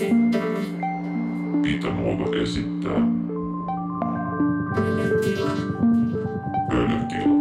Pito Nuova esittää Pölytila.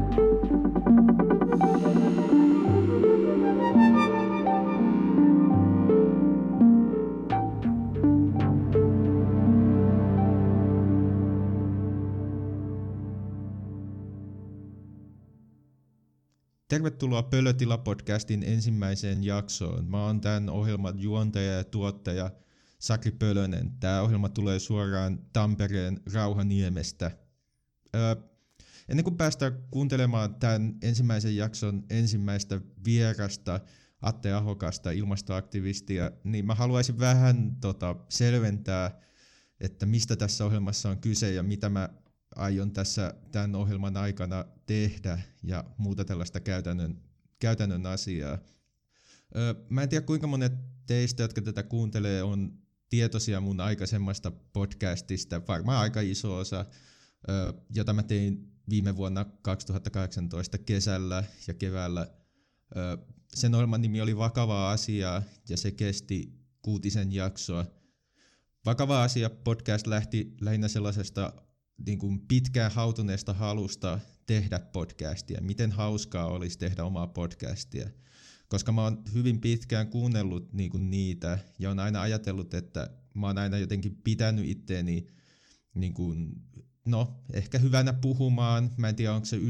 Tervetuloa Pölötila-podcastin ensimmäiseen jaksoon. Mä oon tämän ohjelman juontaja ja tuottaja Sakri Pölönen. Tämä ohjelma tulee suoraan Tampereen Rauhaniemestä. Ennen kuin päästään kuuntelemaan tämän ensimmäisen jakson ensimmäistä vierasta, Atte Ahokasta, ilmastoaktivistia, niin mä haluaisin vähän selventää, että mistä tässä ohjelmassa on kyse ja mitä mä aion tässä tämän ohjelman aikana tehdä ja muuta tällaista käytännön asiaa. Mä en tiedä kuinka monet teistä, jotka tätä kuuntelee, on tietoisia mun aikaisemmasta podcastista, varmaan aika iso osa, jota mä tein viime vuonna 2018 kesällä ja keväällä. Sen ohjelman nimi oli Vakavaa asiaa ja se kesti 6 jaksoa. Vakavaa asia podcast lähti lähinnä sellaisesta niin kuin pitkään hautuneesta halusta tehdä podcastia. Miten hauskaa olisi tehdä omaa podcastia. Koska mä oon hyvin pitkään kuunnellut niitä ja on aina ajatellut, että mä oon aina jotenkin pitänyt itteeni ehkä hyvänä puhumaan. Mä en tiedä, onko se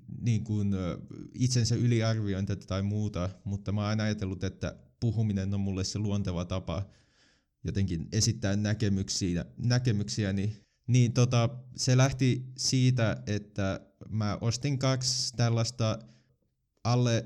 itsensä yliarviointi tai muuta, mutta mä oon aina ajatellut, että puhuminen on mulle se luonteva tapa jotenkin esittää näkemyksiäni. Niin se lähti siitä, että mä ostin 2 tällaista alle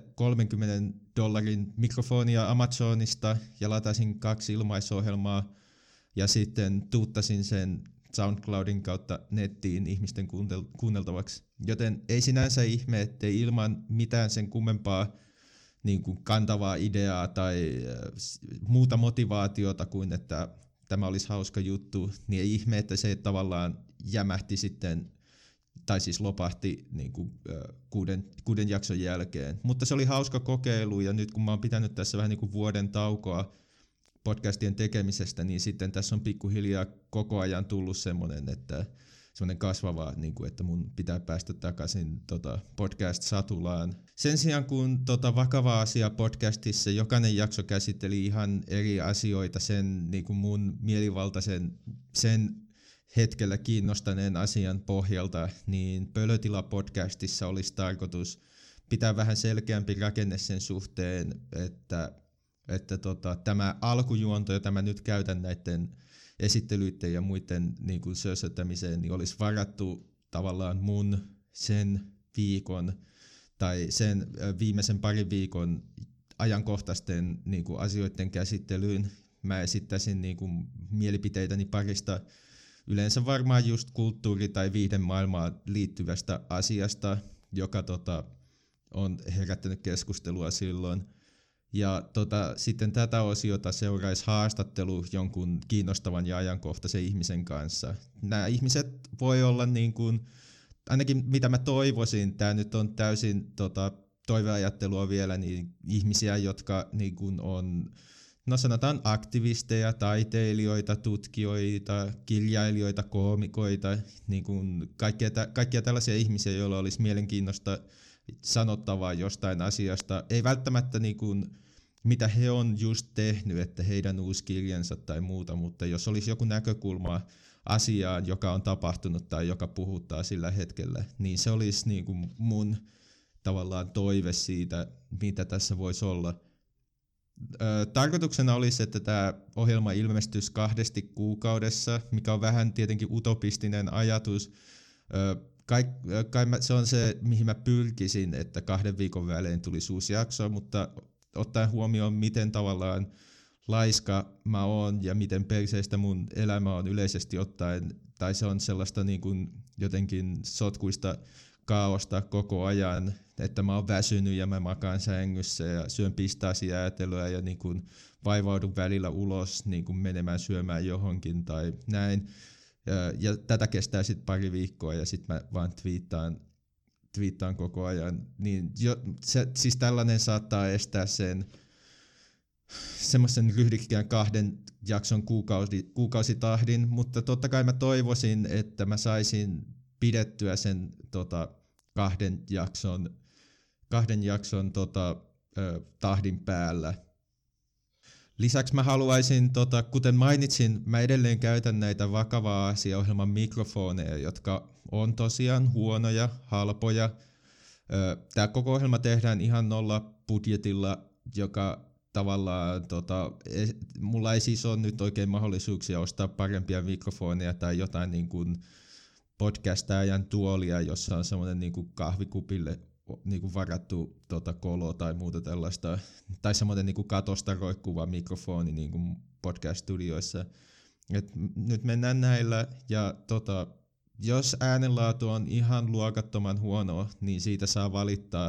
$30 mikrofonia Amazonista ja latasin 2 ilmaisohjelmaa ja sitten tuuttasin sen SoundCloudin kautta nettiin ihmisten kuunneltavaksi. Joten ei sinänsä ihme, ettei ilman mitään sen kummempaa kantavaa ideaa tai muuta motivaatiota kuin että tämä olisi hauska juttu, niin ei ihme, että se tavallaan jämähti sitten, tai siis lopahti 6 jakson jälkeen. Mutta se oli hauska kokeilu, ja nyt kun mä oon pitänyt tässä vähän vuoden taukoa podcastien tekemisestä, niin sitten tässä on pikkuhiljaa koko ajan tullut semmoinen kasvava, että mun pitää päästä takaisin podcast-satulaan. Sen sijaan kun Vakava asia podcastissa jokainen jakso käsitteli ihan eri asioita sen mun mielivaltaisen sen hetkellä kiinnostaneen asian pohjalta, niin Pölötila podcastissa olisi tarkoitus pitää vähän selkeämpi rakenne sen suhteen, että tämä alkujuonto, jota mä nyt käytän näiden esittelyiden ja muiden sössöttämiseen, niin olisi varattu tavallaan mun sen viikon tai sen viimeisen parin viikon ajankohtaisten asioiden käsittelyyn. Mä esittäisin mielipiteitäni parista yleensä varmaan just kulttuuri- tai viihdemaailmaan liittyvästä asiasta, joka on herättänyt keskustelua silloin. Ja sitten tätä osiota seuraisi haastattelu jonkun kiinnostavan ja ajankohtaisen ihmisen kanssa. Nämä ihmiset voi olla ainakin mitä mä toivoisin, tämä nyt on täysin toiveajattelua vielä, niin ihmisiä, jotka on, sanotaan aktivisteja, taiteilijoita, tutkijoita, kirjailijoita, koomikoita, kaikkia tällaisia ihmisiä, joilla olisi mielenkiinnosta sanottavaa jostain asiasta. Ei välttämättä mitä he on just tehnyt, että heidän uusi kirjansa tai muuta, mutta jos olisi joku näkökulma asiaan, joka on tapahtunut tai joka puhuttaa sillä hetkellä, niin se olisi mun tavallaan toive siitä, mitä tässä voisi olla. Tarkoituksena olisi, että tämä ohjelma ilmestyisi 2 kuukaudessa, mikä on vähän tietenkin utopistinen ajatus. Se on se, mihin mä pyrkisin, että 2 viikon välein tulisi uusi jakso, mutta ottaen huomioon, miten tavallaan laiska mä oon ja miten perseistä mun elämä on yleisesti ottaen, tai se on sellaista jotenkin sotkuista kaaosta koko ajan, että mä oon väsynyt ja mä makaan sängyssä ja syön pistaasiajäätelöä ja vaivaudun välillä ulos menemään syömään johonkin tai näin. Ja tätä kestää sitten pari viikkoa ja sitten mä vaan twiittaan koko ajan. Niin siis tällainen saattaa estää sen semmoisen ryhdikkään 2 jakson kuukausitahdin, mutta totta kai mä toivoisin, että mä saisin pidettyä sen 2 jakson tahdin päällä. Lisäksi mä haluaisin, kuten mainitsin, mä edelleen käytän näitä Vakava Asia-ohjelman mikrofoneja, jotka on tosiaan huonoja, halpoja. Tää koko ohjelma tehdään ihan nolla budjetilla, joka tavallaan mulla ei siis ole nyt oikein mahdollisuuksia ostaa parempia mikrofoneja tai jotain niin kuin podcastajan tuolia, jossa on semmoinen niin kuin kahvikupille niin kuin varattu kolo tai muuta tällaista, tai semmoinen niin kuin katosta roikkuva mikrofoni niin kuin podcast-studioissa. Nyt mennään näillä, ja jos äänenlaatu on ihan luokattoman huonoa, niin siitä saa valittaa.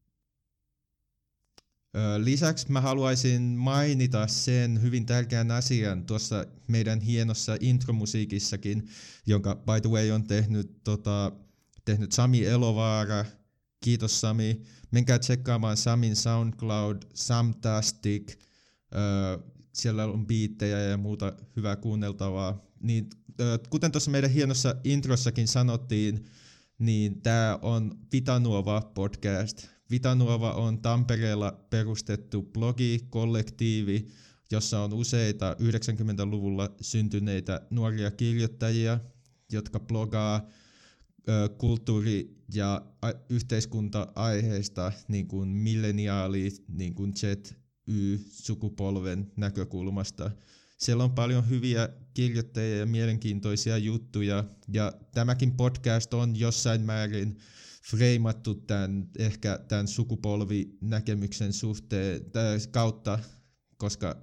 Lisäksi mä haluaisin mainita sen hyvin tärkeän asian tuossa meidän hienossa intromusiikissakin, jonka by the way on tehnyt Sami Elovaara. Kiitos Sami. Menkää tsekkaamaan Samin SoundCloud, Samtastic. Siellä on biittejä ja muuta hyvää kuunneltavaa. Niin, kuten tuossa meidän hienossa introssakin sanottiin, niin tää on Vitanuova podcast. Vitanuova on Tampereella perustettu blogi-kollektiivi, jossa on useita 90-luvulla syntyneitä nuoria kirjoittajia, jotka blogaa kulttuuri- ja yhteiskunta-aiheista niin kuin milleniaali, niin kuin Z-Y-sukupolven näkökulmasta. Siellä on paljon hyviä kirjoittajia ja mielenkiintoisia juttuja, ja tämäkin podcast on jossain määrin freimattu ehkä tämän sukupolvinäkemyksen kautta, koska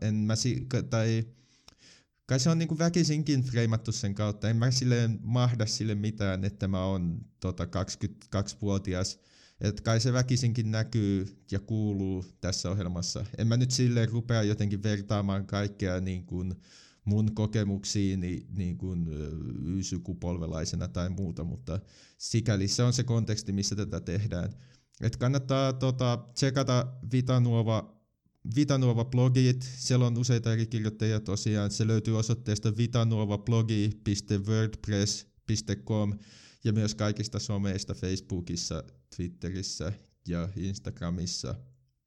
kai se on niinku väkisinkin freimattu sen kautta. En mä silleen mahda sille mitään, että mä oon 22-vuotias. Et kai se väkisinkin näkyy ja kuuluu tässä ohjelmassa. En mä nyt silleen rupea jotenkin vertaamaan kaikkea niin kuin mun kokemuksiini niin kuin Y-sukupolvelaisena tai muuta, mutta sikäli se on se konteksti, missä tätä tehdään. Et kannattaa tsekata Vitanuova-blogit, siellä on useita eri kirjoittajia tosiaan, se löytyy osoitteesta vitanuovablogi.wordpress.com ja myös kaikista someista Facebookissa, Twitterissä ja Instagramissa.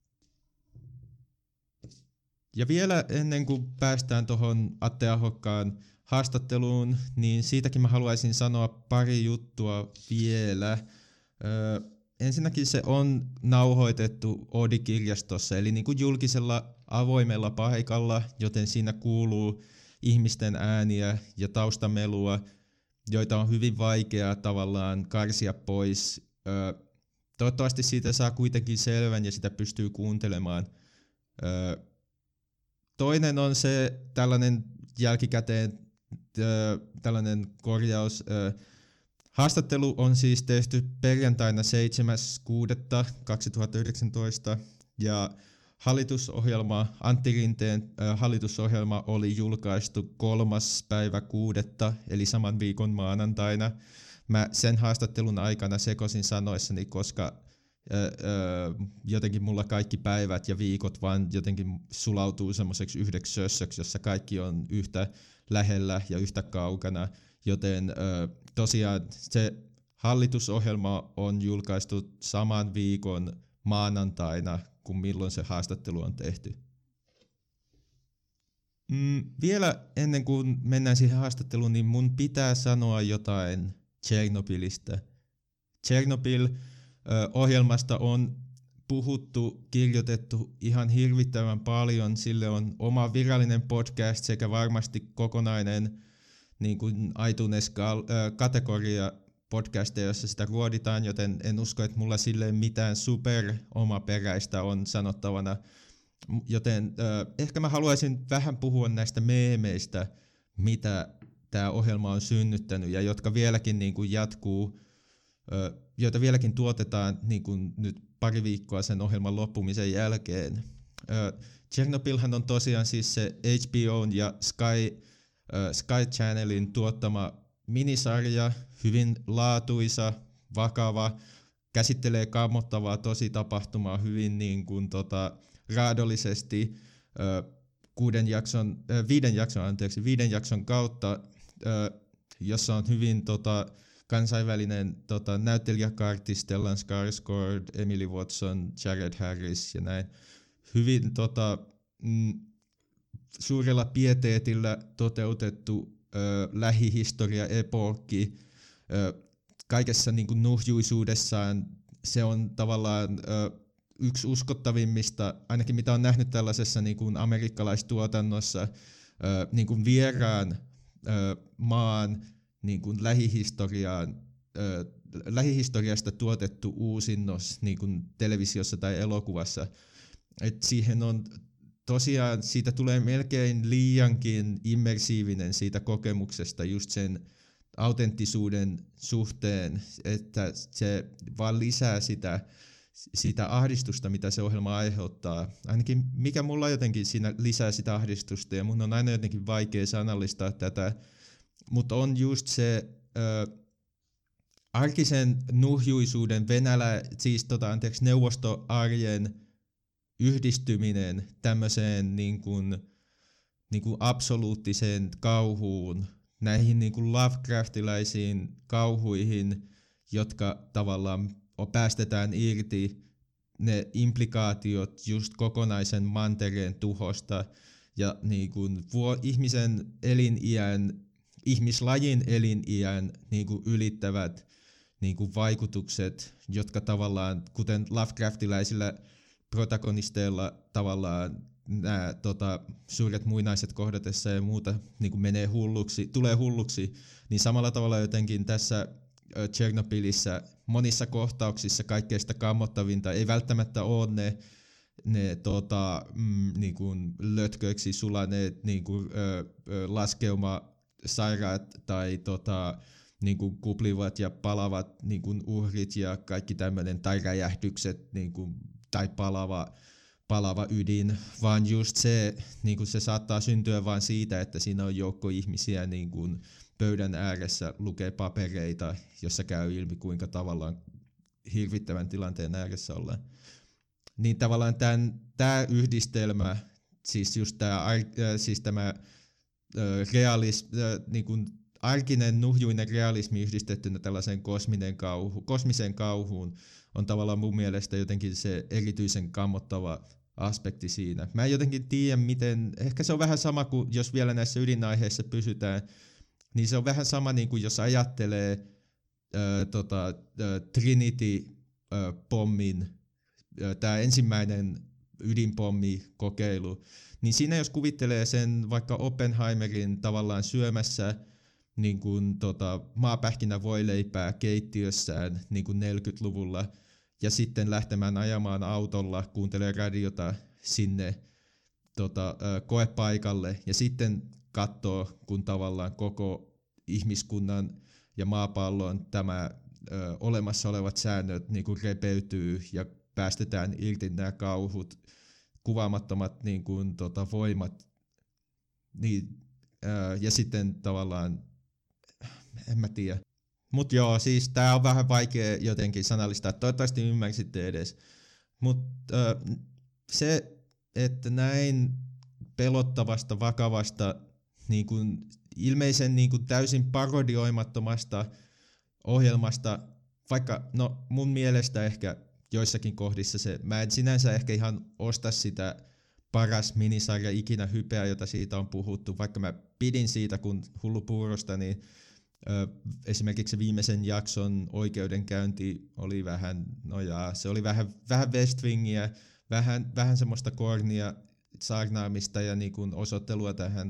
Ja vielä ennen kuin päästään tuohon Atte Ahokkaan haastatteluun, niin siitäkin mä haluaisin sanoa pari juttua vielä. Ensinnäkin se on nauhoitettu Oodi-kirjastossa, eli niin kuin julkisella avoimella paikalla, joten siinä kuuluu ihmisten ääniä ja taustamelua, joita on hyvin vaikea tavallaan karsia pois. Toivottavasti siitä saa kuitenkin selvän ja sitä pystyy kuuntelemaan. Toinen on se tällainen jälkikäteen tällainen korjaus. Haastattelu on siis tehty perjantaina 7.6.2019 ja Antti Rinteen hallitusohjelma oli julkaistu 3.6. eli saman viikon maanantaina. Mä sen haastattelun aikana sekosin sanoissani, koska jotenkin mulla kaikki päivät ja viikot vaan jotenkin sulautuu semmoiseksi yhdeksi sössöksi, jossa kaikki on yhtä lähellä ja yhtä kaukana, joten tosiaan se hallitusohjelma on julkaistu saman viikon maanantaina, kun milloin se haastattelu on tehty. Vielä ennen kuin mennään siihen haastatteluun, niin mun pitää sanoa jotain Tšernobylistä. Tšernobyl-ohjelmasta on puhuttu, kirjoitettu ihan hirvittävän paljon. Sille on oma virallinen podcast sekä varmasti kokonainen niin kuin iTunes-kategoria podcasteja, jossa sitä ruoditaan, joten en usko, että mulla silleen mitään super omaperäistä on sanottavana. Joten ehkä mä haluaisin vähän puhua näistä meemeistä, mitä tämä ohjelma on synnyttänyt ja jotka vieläkin niin kuin jatkuu, joita vieläkin tuotetaan niin kuin nyt pari viikkoa sen ohjelman loppumisen jälkeen. Tšernobylhän on tosiaan siis se HBOn ja Sky Channelin tuottama minisarja, hyvin laatuisa, vakava, käsittelee kammottavaa tositapahtumaa hyvin niin kuin raadollisesti. viiden jakson kautta, jossa on hyvin kansainvälinen näyttelijäkartti, Stellan Skarsgård, Emily Watson, Jared Harris ja näin. Hyvin suurella pieteetillä toteutettu lähihistoria-epokki. Kaikessa niin kuin nuhjuisuudessaan se on tavallaan yksi uskottavimmista, ainakin mitä on nähnyt tällaisessa niin kuin amerikkalaistuotannossa, niin kuin vieraan maan niin kuin lähihistoriasta tuotettu uusinnos niin kuin televisiossa tai elokuvassa. Et siihen on tosiaan, siitä tulee melkein liiankin immersiivinen siitä kokemuksesta just sen autenttisuuden suhteen, että se vaan lisää sitä ahdistusta, mitä se ohjelma aiheuttaa. Ainakin mikä mulla jotenkin siinä lisää sitä ahdistusta, ja mun on aina jotenkin vaikea sanallistaa tätä, mutta on just se arkisen nuhjuisuuden neuvostoarjen yhdistyminen tämmöiseen niin kuin absoluuttiseen kauhuun, näihin niin kuin Lovecraftilaisiin kauhuihin, jotka tavallaan päästetään irti ne implikaatiot just kokonaisen mantereen tuhosta ja niin kuin ihmislajin eliniän niin kuin ylittävät niin kuin vaikutukset, jotka tavallaan, kuten Lovecraftilaisilla protagonisteilla tavallaan nämä suuret muinaiset kohdatessa ja muuta niin kuin tulee hulluksi, niin samalla tavalla jotenkin tässä Tchernobylissä monissa kohtauksissa kaikkein sitä kammottavinta ei välttämättä ole ne niin kuin lötköiksi sulaneet niin kuin, laskeumasairaat tai niin kuin kuplivat ja palavat niin kuin uhrit ja kaikki tämmöinen, tai räjähdykset niin kuin, tai palava ydin, vaan just se, niin kuin se saattaa syntyä vain siitä, että siinä on joukko ihmisiä niin kuin pöydän ääressä lukee papereita, jossa käy ilmi, kuinka tavallaan hirvittävän tilanteen ääressä ollaan. Niin tavallaan tämä yhdistelmä, siis just tämä niin kuin arkinen nuhjuinen realismi yhdistettynä tällaiseen kosmiseen kauhuun on tavallaan mun mielestä jotenkin se erityisen kammottava aspekti siinä. Mä en jotenkin tiedä, miten, ehkä se on vähän sama kuin jos vielä näissä ydinaiheissa pysytään, niin se on vähän sama niin kuin jos ajattelee Trinity-pommin, tämä ensimmäinen ydinpommikokeilu, niin siinä jos kuvittelee sen vaikka Oppenheimerin tavallaan syömässä niin kuin maapähkinävoileipää keittiössään niin kuin 40-luvulla ja sitten lähtemään ajamaan autolla, kuuntelee radiota sinne koepaikalle ja sitten katsoo, kun tavallaan koko ihmiskunnan ja maapallon tämä olemassa olevat säännöt niin kuin repeytyy ja päästetään irti nämä kauhut, kuvaamattomat niin kuin, voimat. Niin, ja sitten tavallaan, en mä tiedä. Mut joo, siis tää on vähän vaikea jotenkin sanallistaa, toivottavasti ymmärsitte edes. Mut se, että näin pelottavasta, vakavasta, niin kuin ilmeisen niin kuin täysin parodioimattomasta ohjelmasta, vaikka no mun mielestä ehkä joissakin kohdissa mä en sinänsä ehkä ihan osta sitä paras minisarja ikinä hypeä, jota siitä on puhuttu, vaikka mä pidin siitä kun hullu puurosta, niin esimerkiksi se viimeisen jakson oikeudenkäynti oli vähän, se oli vähän West Wingiä, vähän semmoista kornia saarnaamista ja niin kuin osoittelua tähän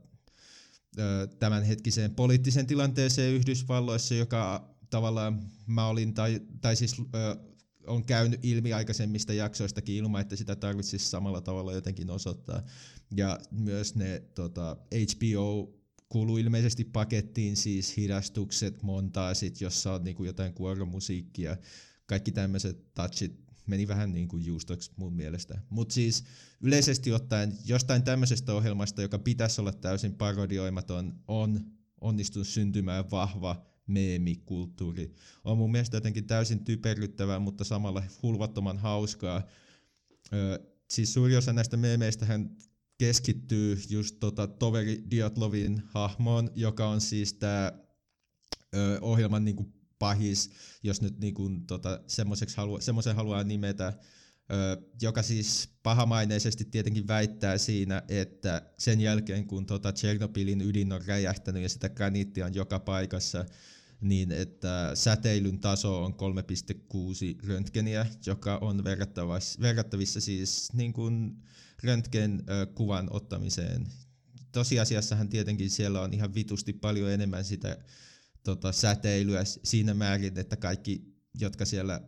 tämänhetkiseen poliittiseen tilanteeseen Yhdysvalloissa, joka tavallaan mä olin, tai siis on käynyt ilmi aikaisemmista jaksoistakin ilman, että sitä tarvitsisi samalla tavalla jotenkin osoittaa. Ja myös ne HBO kuuluu ilmeisesti pakettiin siis hidastukset, montaasit, jossa on niinku jotain kuoromusiikkia, kaikki tämmöiset touchit meni vähän niin kuin juustoksi mun mielestä. Mutta siis yleisesti ottaen jostain tämmöisestä ohjelmasta, joka pitäisi olla täysin parodioimaton, on onnistunut syntymään vahva meemikulttuuri. On mun mielestä jotenkin täysin typerryttävää, mutta samalla hulvattoman hauskaa. siis suuri osa näistä meemeistähän keskittyy just toveri Dyatlovin hahmoon, joka on siis tämä ohjelman niinku pahis, jos nyt niinku, semmoisen haluaa nimetä, joka siis pahamaineisesti tietenkin väittää siinä, että sen jälkeen kun Tšernobylin ydin on räjähtänyt ja sitä graniittia on joka paikassa, niin että säteilyn taso on 3,6 röntgeniä, joka on verrattavissa siis niin kuin röntgenkuvan ottamiseen. Tosiasiassahan tietenkin siellä on ihan vitusti paljon enemmän sitä säteilyä siinä määrin, että kaikki, jotka siellä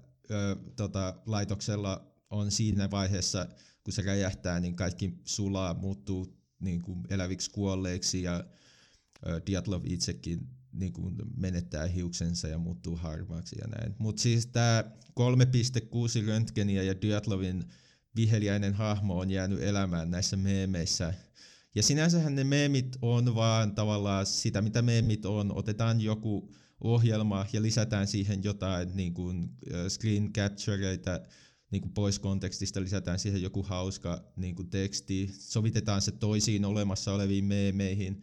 laitoksella on siinä vaiheessa, kun se räjähtää, niin kaikki sulaa, muuttuu niin kuin eläviksi kuolleiksi ja Dyatlov itsekin niin kuin menettää hiuksensa ja muuttuu harmaaksi ja näin. Mutta siis tämä 3,6 röntgeniä ja Dyatlovin viheliäinen hahmo on jäänyt elämään näissä meemeissä. Ja sinänsähän ne meemit on vaan tavallaan sitä, mitä meemit on. Otetaan joku ohjelma ja lisätään siihen jotain niin kuin screen captureita niin kuin pois kontekstista, lisätään siihen joku hauska niin kuin teksti, sovitetaan se toisiin olemassa oleviin meemeihin,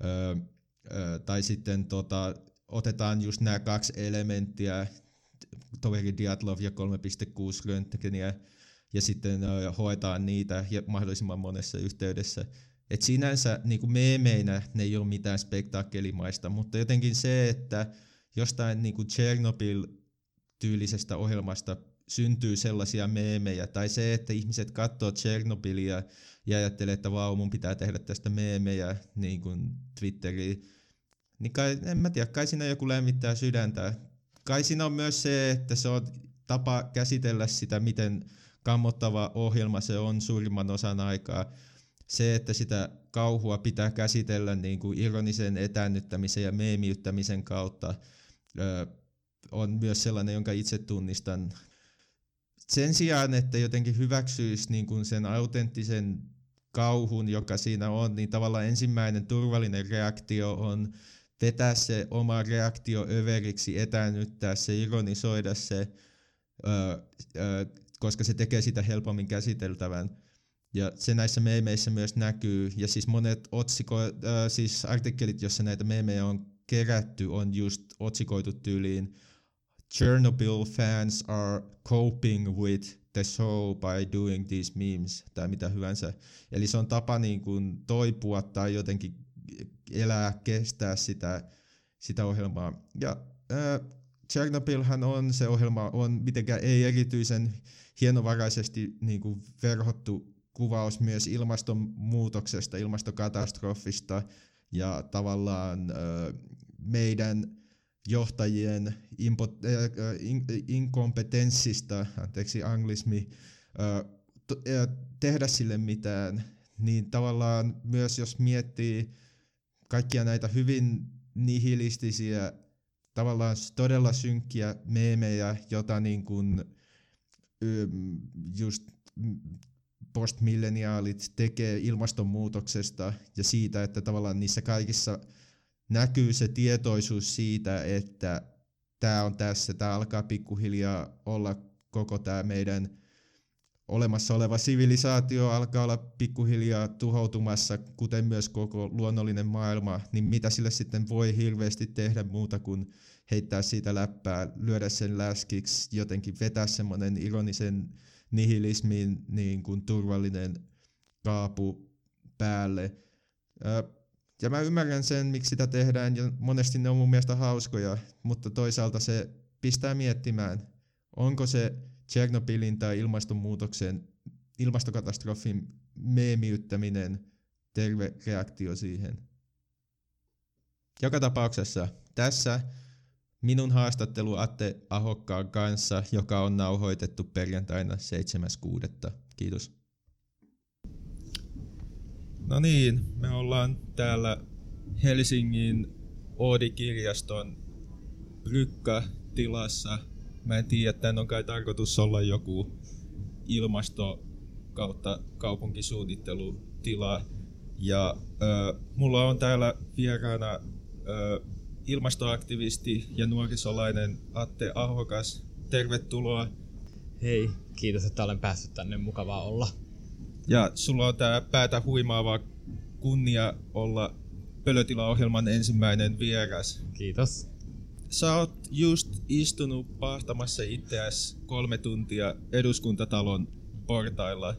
tai sitten otetaan just nämä 2 elementtiä, toveri Dyatlov ja 3,6 röntgeniä, ja sitten hoetaan niitä mahdollisimman monessa yhteydessä. Et sinänsä niin kuin meemeinä ne ei ole mitään spektaakkelimaista, mutta jotenkin se, että jostain niin kuin Chernobyl-tyylisestä ohjelmasta syntyy sellaisia meemejä, tai se, että ihmiset katsoo Tšernobylia ja ajattelee, että vau, mun pitää tehdä tästä meemejä niin kuin Twitteriin, niin en mä tiedä, kai siinä joku lämmittää sydäntä. Kai siinä on myös se, että se on tapa käsitellä sitä, miten kammottava ohjelma se on suurimman osan aikaa. Se, että sitä kauhua pitää käsitellä niin kuin ironisen etäännyttämisen ja meemiyttämisen kautta, on myös sellainen, jonka itse tunnistan. Sen sijaan, että jotenkin hyväksyisi niin kuin sen autenttisen kauhun, joka siinä on, niin tavallaan ensimmäinen turvallinen reaktio on vetää se oma reaktio överiksi, etäännyttää se, ironisoida se, koska se tekee sitä helpommin käsiteltävän. Ja se näissä meemeissä myös näkyy, ja siis monet siis artikkelit, joissa näitä meemejä on kerätty, on just otsikoitu tyyliin Chernobyl fans are coping with the show by doing these memes, tai mitä hyvänsä. Eli se on tapa niin kuin toipua tai jotenkin elää, kestää sitä ohjelmaa. Ja Chernobylhän on, se ohjelma on mitenkään ei erityisen hienovaraisesti niin kuin verhottu kuvaus myös ilmastonmuutoksesta, ilmastokatastrofista ja tavallaan meidän johtajien inkompetenssista, anteeksi anglismi, tehdä sille mitään, niin tavallaan myös jos miettii kaikkia näitä hyvin nihilistisiä, tavallaan todella synkkiä meemejä, jota niin kuin just postmilleniaalit tekee ilmastonmuutoksesta ja siitä, että tavallaan niissä kaikissa näkyy se tietoisuus siitä, että tämä on tässä, tämä alkaa pikkuhiljaa olla koko tämä meidän olemassa oleva sivilisaatio alkaa olla pikkuhiljaa tuhoutumassa, kuten myös koko luonnollinen maailma, niin mitä sille sitten voi hirveästi tehdä muuta kuin heittää siitä läppää, lyödä sen läskiksi, jotenkin vetää semmoinen ironisen nihilismin niin kuin turvallinen kaapu päälle. Ja mä ymmärrän sen, miksi sitä tehdään, ja monesti ne on mun mielestä hauskoja, mutta toisaalta se pistää miettimään, onko se Tšernobylin tai ilmastokatastrofin meemiyttäminen terve reaktio siihen. Joka tapauksessa tässä minun haastattelu Atte Ahokkaan kanssa, joka on nauhoitettu perjantaina 7.6. Kiitos. No niin, me ollaan täällä Helsingin Oodi-kirjaston Brykka-tilassa. Mä en tiedä, että tän on kai tarkoitus olla joku ilmasto kautta kaupunkisuunnittelutila. Ja mulla on täällä vieraana ilmastoaktivisti ja nuorisolainen Atte Ahokas. Tervetuloa. Hei, kiitos, että olen päässyt tänne. Mukavaa olla. Ja sulla on tää päätä huimaava kunnia olla Pölötila-ohjelman ensimmäinen vieras. Kiitos. Sä oot just istunut paahtamassa itseäsi 3 tuntia Eduskuntatalon portailla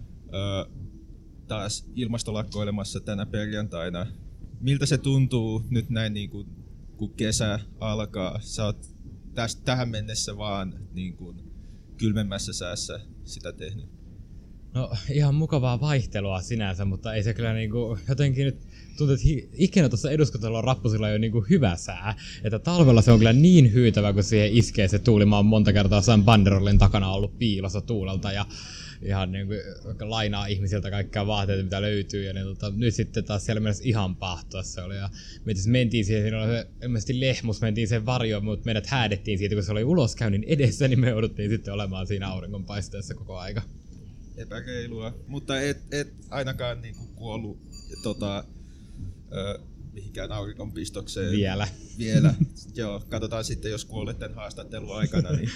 taas ilmastolakkoilemassa tänä perjantaina. Miltä se tuntuu nyt näin niin kun kesä alkaa? Sä oot tähän mennessä vaan niin kuin kylmemmässä säässä sitä tehnyt. No ihan mukavaa vaihtelua sinänsä, mutta ei se kyllä niinku jotenkin nyt tuntuu, että ikinä tuossa Eduskuntatalon rappusilla ei ole niinku hyvä sää. Että talvella se on kyllä niin hyytävä, kun siihen iskee se tuuli. Mä oon monta kertaa jossain banderollin takana ollut piilossa tuulelta ja ihan niinku lainaa ihmisiltä kaikkia vaatteita, mitä löytyy. Ja niin, nyt sitten taas siellä mielessä ihan pahtoa se oli. Ja me mentiin siihen, siinä oli se, ilmeisesti lehmus, mentiin sen varjoon, mutta meidät häädettiin siitä, kun se oli uloskäynnin edessä, niin me jouduttiin sitten olemaan siinä auringonpaisteessa koko aika. Epäreilua, mutta et ainakaan niinku kuollut mihinkään auringonpistokseen. Vielä. Joo, katsotaan sitten, jos kuolet tämän haastattelun aikana. Niin,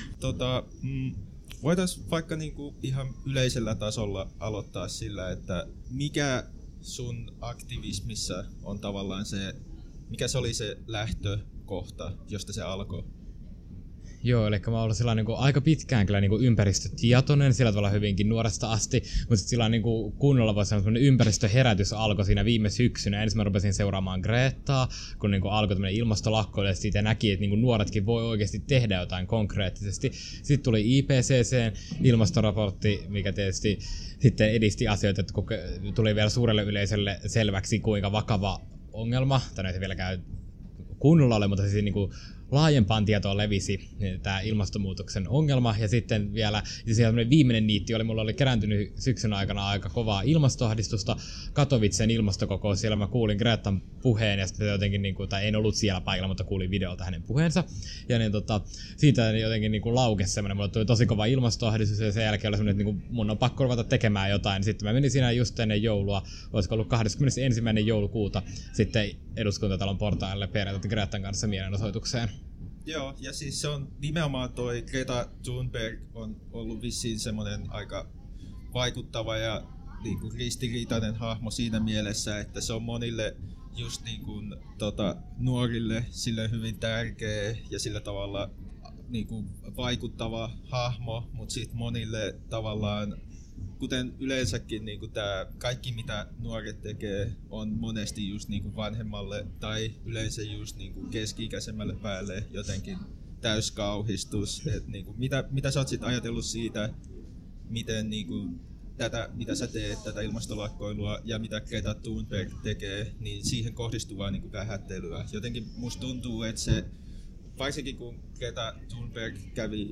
voitaisiin vaikka niinku ihan yleisellä tasolla aloittaa sillä, että mikä sun aktivismissa on tavallaan se, mikä se oli se lähtökohta, josta se alkoi? Joo, eli mä oon ollut sillä niinku aika pitkään kyllä niinku ympäristötietoinen, sillä tavalla hyvinkin nuoresta asti, mutta sitten sillä niinku kunnolla voisi sanoa, että ympäristöherätys alkoi siinä viime syksynä. Ensin mä rupesin seuraamaan Gretaa, kun niinku alkoi tämmöinen ilmastolakkoille, ja siitä näki, että niinku nuoretkin voi oikeasti tehdä jotain konkreettisesti. Sitten tuli IPCC:n ilmastoraportti, mikä tietysti sitten edisti asioita, että tuli vielä suurelle yleisölle selväksi, kuinka vakava ongelma, tai ei se vieläkään kunnolla ole, mutta siis niinku laajempaan tietoon levisi tämä ilmastonmuutoksen ongelma, ja sitten vielä viimeinen niitti mulla oli kerääntynyt syksyn aikana aika kovaa ilmastoahdistusta. Katowicen ilmastokokous, siellä mä kuulin Gretan puheen, ja sitten jotenkin, tai en ollut siellä paikalla, mutta kuulin videolta hänen puheensa, ja niin, siitä jotenkin laukesi semmoinen, mulla tuli tosi kova ilmastoahdistus, ja sen jälkeen oli semmoinen, että mun on pakko ruveta tekemään jotain. Sitten mä menin siinä just ennen joulua, olisiko ollut 21. joulukuuta, sitten Eduskuntatalon portaille perjantaina Gretan kanssa mielenosoitukseen. Joo, ja siis se on nimenomaan toi Greta Thunberg on ollut vissiin semmoinen aika vaikuttava ja niinku ristiriitainen hahmo siinä mielessä, että se on monille just niinku, nuorille sille hyvin tärkeä ja sillä tavalla niinku vaikuttava hahmo, mutta sitten monille tavallaan, kuten yleensäkin niinku tää kaikki mitä nuoret tekee on monesti just niinku vanhemmalle tai yleensä just niinku keski-ikäisemmälle päälle jotenkin täyskauhistus. Et niinku mitä sä oot sit ajatellut siitä, miten niinku tätä mitä sä teet, tätä ilmastolakkoilua ja mitä Greta Thunberg tekee, niin siihen kohdistuvaa niinku vähättelyä. Jotenkin musta tuntuu, että se varsinkin kun Greta Thunberg kävi,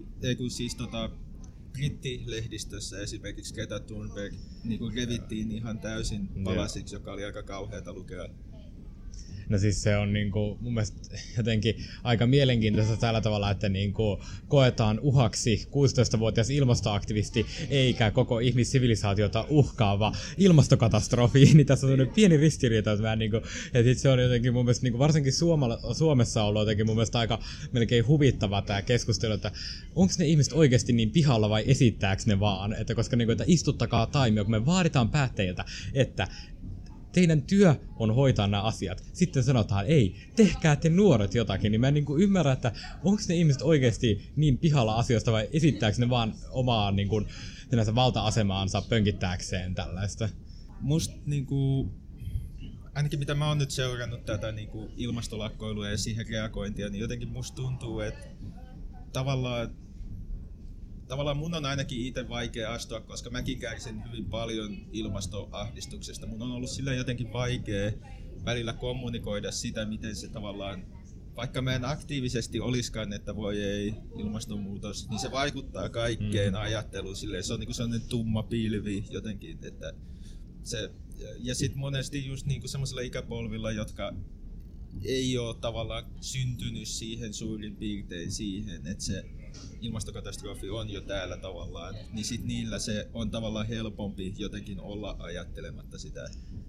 brittilehdistössä esimerkiksi Greta Thunberg niin revittiin ihan täysin palasiksi, joka oli aika kauheata lukea. No siis se on mun mielestä jotenkin aika mielenkiintoista tällä tavalla, että koetaan uhaksi 16-vuotias ilmastoaktivisti eikä koko ihmissivilisaatiota uhkaava ilmastokatastrofi, niin tässä on sellainen pieni ristiriita, että ja sit se on jotenkin mun mielestä varsinkin Suomessa ollut jotenkin mun mielestä aika melkein huvittava tää keskustelu, että onko ne ihmiset oikeasti niin pihalla vai esittääkö ne vaan, että koska että istuttakaa taimia, kun me vaaditaan päättäjiltä, että teidän työ on hoitaa nämä asiat. Sitten sanotaan, ei, tehkää te nuoret jotakin. Niin mä en ymmärrä, että onko ne ihmiset oikeasti niin pihalla asioista vai esittääkö ne vaan omaa valta-asemaansa pönkittääkseen tällaista? Musta ainakin mitä mä oon nyt seurannut tätä ilmastolakkoilua ja siihen reagointia, niin jotenkin musta tuntuu, että tavallaan mun on ainakin itse vaikea astua, koska mäkin kärsin hyvin paljon ilmastoahdistuksesta. Mun on ollut sillä jotenkin vaikea välillä kommunikoida sitä, miten se tavallaan, vaikka mä en aktiivisesti oliskaan, että voi ei, ilmastonmuutos, niin se vaikuttaa kaikkeen ajatteluun silleen. Se on sellainen tumma pilvi jotenkin, että se, ja sit monesti just semmoisilla ikäpolvilla, jotka ei ole tavallaan syntynyt siihen suurin piirtein siihen, että se ilmastokatastrofi on jo täällä tavallaan, niin sit niillä se on tavallaan helpompi jotenkin olla ajattelematta sitä.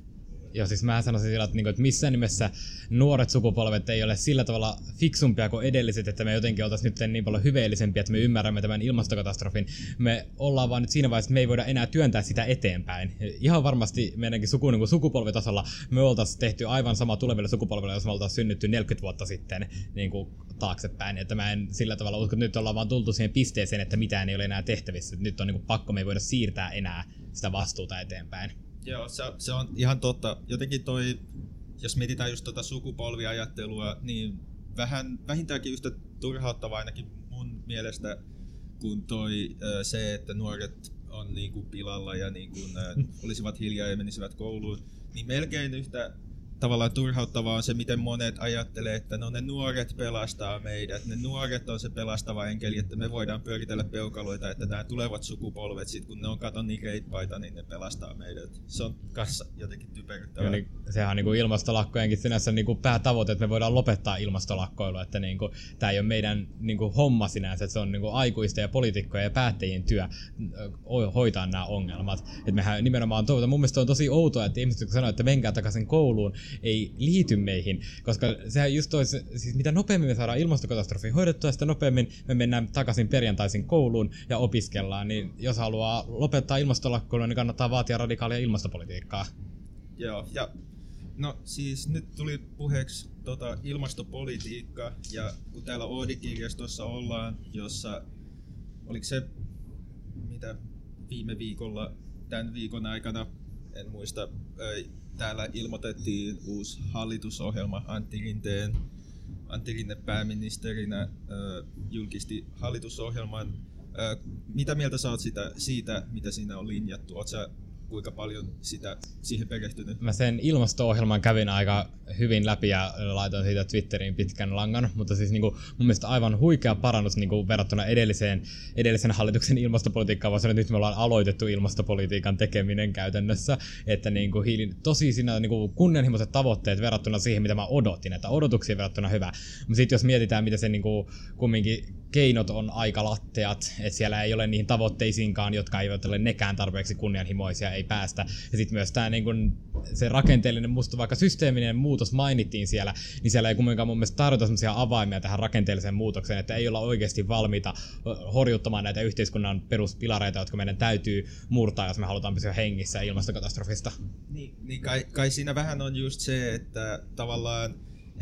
Joo, siis mä sanoisin sillä, että missään nimessä nuoret sukupolvet ei ole sillä tavalla fiksumpia kuin edelliset, että me jotenkin oltaisiin nyt niin paljon hyveellisempiä, että me ymmärrämme tämän ilmastokatastrofin. Me ollaan vaan nyt siinä vaiheessa, että me ei voida enää työntää sitä eteenpäin. Ihan varmasti meidänkin sukupolvitasolla me oltaisiin tehty aivan sama tuleville sukupolville, jos me oltaisiin synnytty 40 vuotta sitten niin kuin taaksepäin. Että mä en sillä tavalla usko, että nyt ollaan vaan tultu siihen pisteeseen, että mitään ei ole enää tehtävissä. Nyt on niin kuin pakko, me ei voida siirtää enää sitä vastuuta eteenpäin. Joo, se on ihan totta. Jotenkin jos mietitään just sukupolviajattelua, niin vähintäänkin yhtä turhauttavaa ainakin mun mielestä kuin se, että nuoret on niinku pilalla ja niinku, olisivat hiljaa ja menisivät kouluun, niin melkein yhtä tavallaan turhauttavaa on se, miten monet ajattelee, että no ne nuoret pelastaa meidät, ne nuoret on se pelastava enkeli, että me voidaan pyöritellä peukaloita, että nämä tulevat sukupolvet, sit kun ne on katon niin reippaita, niin ne pelastaa meidät. Se on kanssa jotenkin typeryttävää. Niin, sehän on niin kuin ilmastolakkojenkin sinänsä niin kuin päätavoite, että me voidaan lopettaa ilmastolakkoilu, että niin kuin, tämä ei ole meidän niin kuin homma sinänsä, että se on niin kuin aikuisten ja poliitikkojen ja päättäjien työ hoitaa nämä ongelmat. Että mehän nimenomaan mun mielestä on tosi outoa, että ihmiset kun sanoo, että menkää takaisin kouluun, ei liity meihin, koska sehän just olisi, siis mitä nopeammin me saadaan ilmastokatastrofi hoidettua, sitä nopeammin me mennään takaisin perjantaisin kouluun ja opiskellaan, niin jos haluaa lopettaa ilmastolakkoilua, niin kannattaa vaatia radikaalia ilmastopolitiikkaa. Joo, ja no siis nyt tuli puheeksi ilmastopolitiikka, ja kun täällä Oodi-kirjastossa ollaan, jossa, oliko se mitä viime viikolla, tämän viikon aikana, en muista, täällä ilmoitettiin uusi hallitusohjelma. Antti Rinne pääministerinä julkisti hallitusohjelman. Mitä mieltä sä oot siitä, mitä siinä on linjattu? Oot sä kuinka paljon siihen perehtynyt? Mä sen ilmasto-ohjelman kävin aika hyvin läpi ja laitoin siitä Twitteriin pitkän langan, mutta siis niinku, mun mielestä aivan huikea parannus niinku, verrattuna edellisen hallituksen ilmastopolitiikkaan, vaan nyt me ollaan aloitettu ilmastopolitiikan tekeminen käytännössä, että niinku, tosi siinä niinku, kunnianhimoiset tavoitteet verrattuna siihen, mitä mä odotin, että odotuksia verrattuna hyvä. Mutta sitten jos mietitään, mitä se niinku, kumminkin keinot on aika latteat, että siellä ei ole niihin tavoitteisiinkaan, jotka eivät ole nekään tarpeeksi kunnianhimoisia, ei päästä. Ja sitten myös tämä niin se rakenteellinen, musta vaikka systeeminen muutos mainittiin siellä, niin siellä ei kumminkaan mun mielestä tarjota sellaisia avaimia tähän rakenteelliseen muutokseen, että ei olla oikeasti valmiita horjuttamaan näitä yhteiskunnan peruspilareita, jotka meidän täytyy murtaa, jos me halutaan pysyä hengissä ilmastokatastrofista. Niin kai siinä vähän on just se, että tavallaan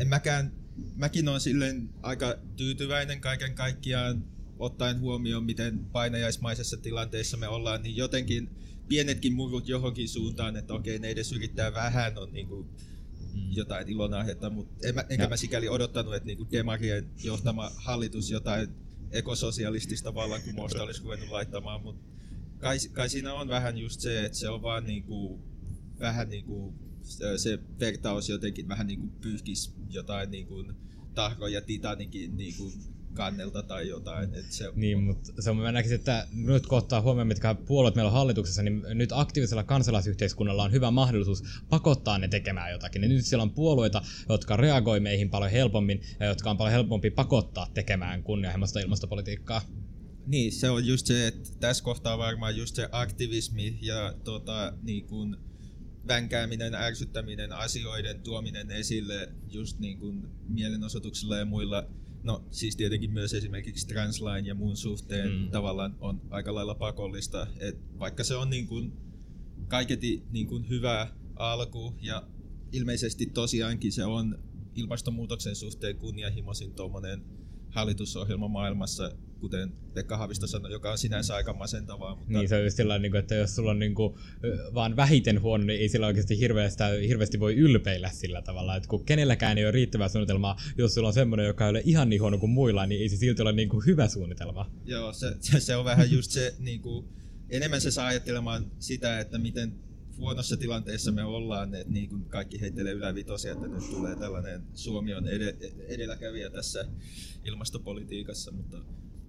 mäkin olen silleen aika tyytyväinen kaiken kaikkiaan, ottaen huomioon, miten painajaismaisessa tilanteessa me ollaan, niin jotenkin pienetkin murrut johonkin suuntaan, että okei, ne edes yrittää vähän on niinku jotain ilonaihetta, mutta enkä mä sikäli odottanut, että niinku demarien johtama hallitus jotain ekososialistista vallankumousta olisi ruvennut laittamaan, mutta kai siinä on vähän just se, että se on vaan niinku, vähän niinku se vertaus jotenkin vähän niinku pyyhkisi jotain niinku tahroja Titanikin niinku kannelta tai jotain. Niin, mutta mä näkisin, että nyt kun ottaa huomioon, mitkä puolueet meillä on hallituksessa, niin nyt aktiivisella kansalaisyhteiskunnalla on hyvä mahdollisuus pakottaa ne tekemään jotakin. Ja nyt siellä on puolueita, jotka reagoi meihin paljon helpommin ja jotka on paljon helpompi pakottaa tekemään kunnianhimoista ilmastopolitiikkaa. Niin, se on just se, että tässä kohtaa varmaan just se aktivismi ja niin kuin vänkääminen, ärsyttäminen, asioiden tuominen esille just niin kuin mielenosoituksilla ja muilla. No siis tietenkin myös esimerkiksi translain ja muun suhteen tavallaan on aika lailla pakollista, että vaikka se on niin kuin kaiketi niin kuin hyvä alku ja ilmeisesti tosiaankin se on ilmastonmuutoksen suhteen kunnianhimoisin tuommoinen hallitusohjelma maailmassa, kuten Pekka Haavisto sanoi, joka on sinänsä aika masentavaa. Mutta niin, se on just sellainen, että jos sulla on vaan vähiten huono, niin ei sillä oikeasti hirveästi voi ylpeillä sillä tavalla. Että kun kenelläkään ei ole riittävää suunnitelmaa, jos sulla on semmoinen, joka ei ole ihan niin huono kuin muilla, niin ei se silti ole hyvä suunnitelma. Joo, se on vähän just se, enemmän se saa ajattelemaan sitä, että miten huonossa tilanteessa me ollaan, että niin kuin kaikki heittelee ylävitosia, että nyt tulee tällainen Suomi on edelläkävijä tässä ilmastopolitiikassa, mutta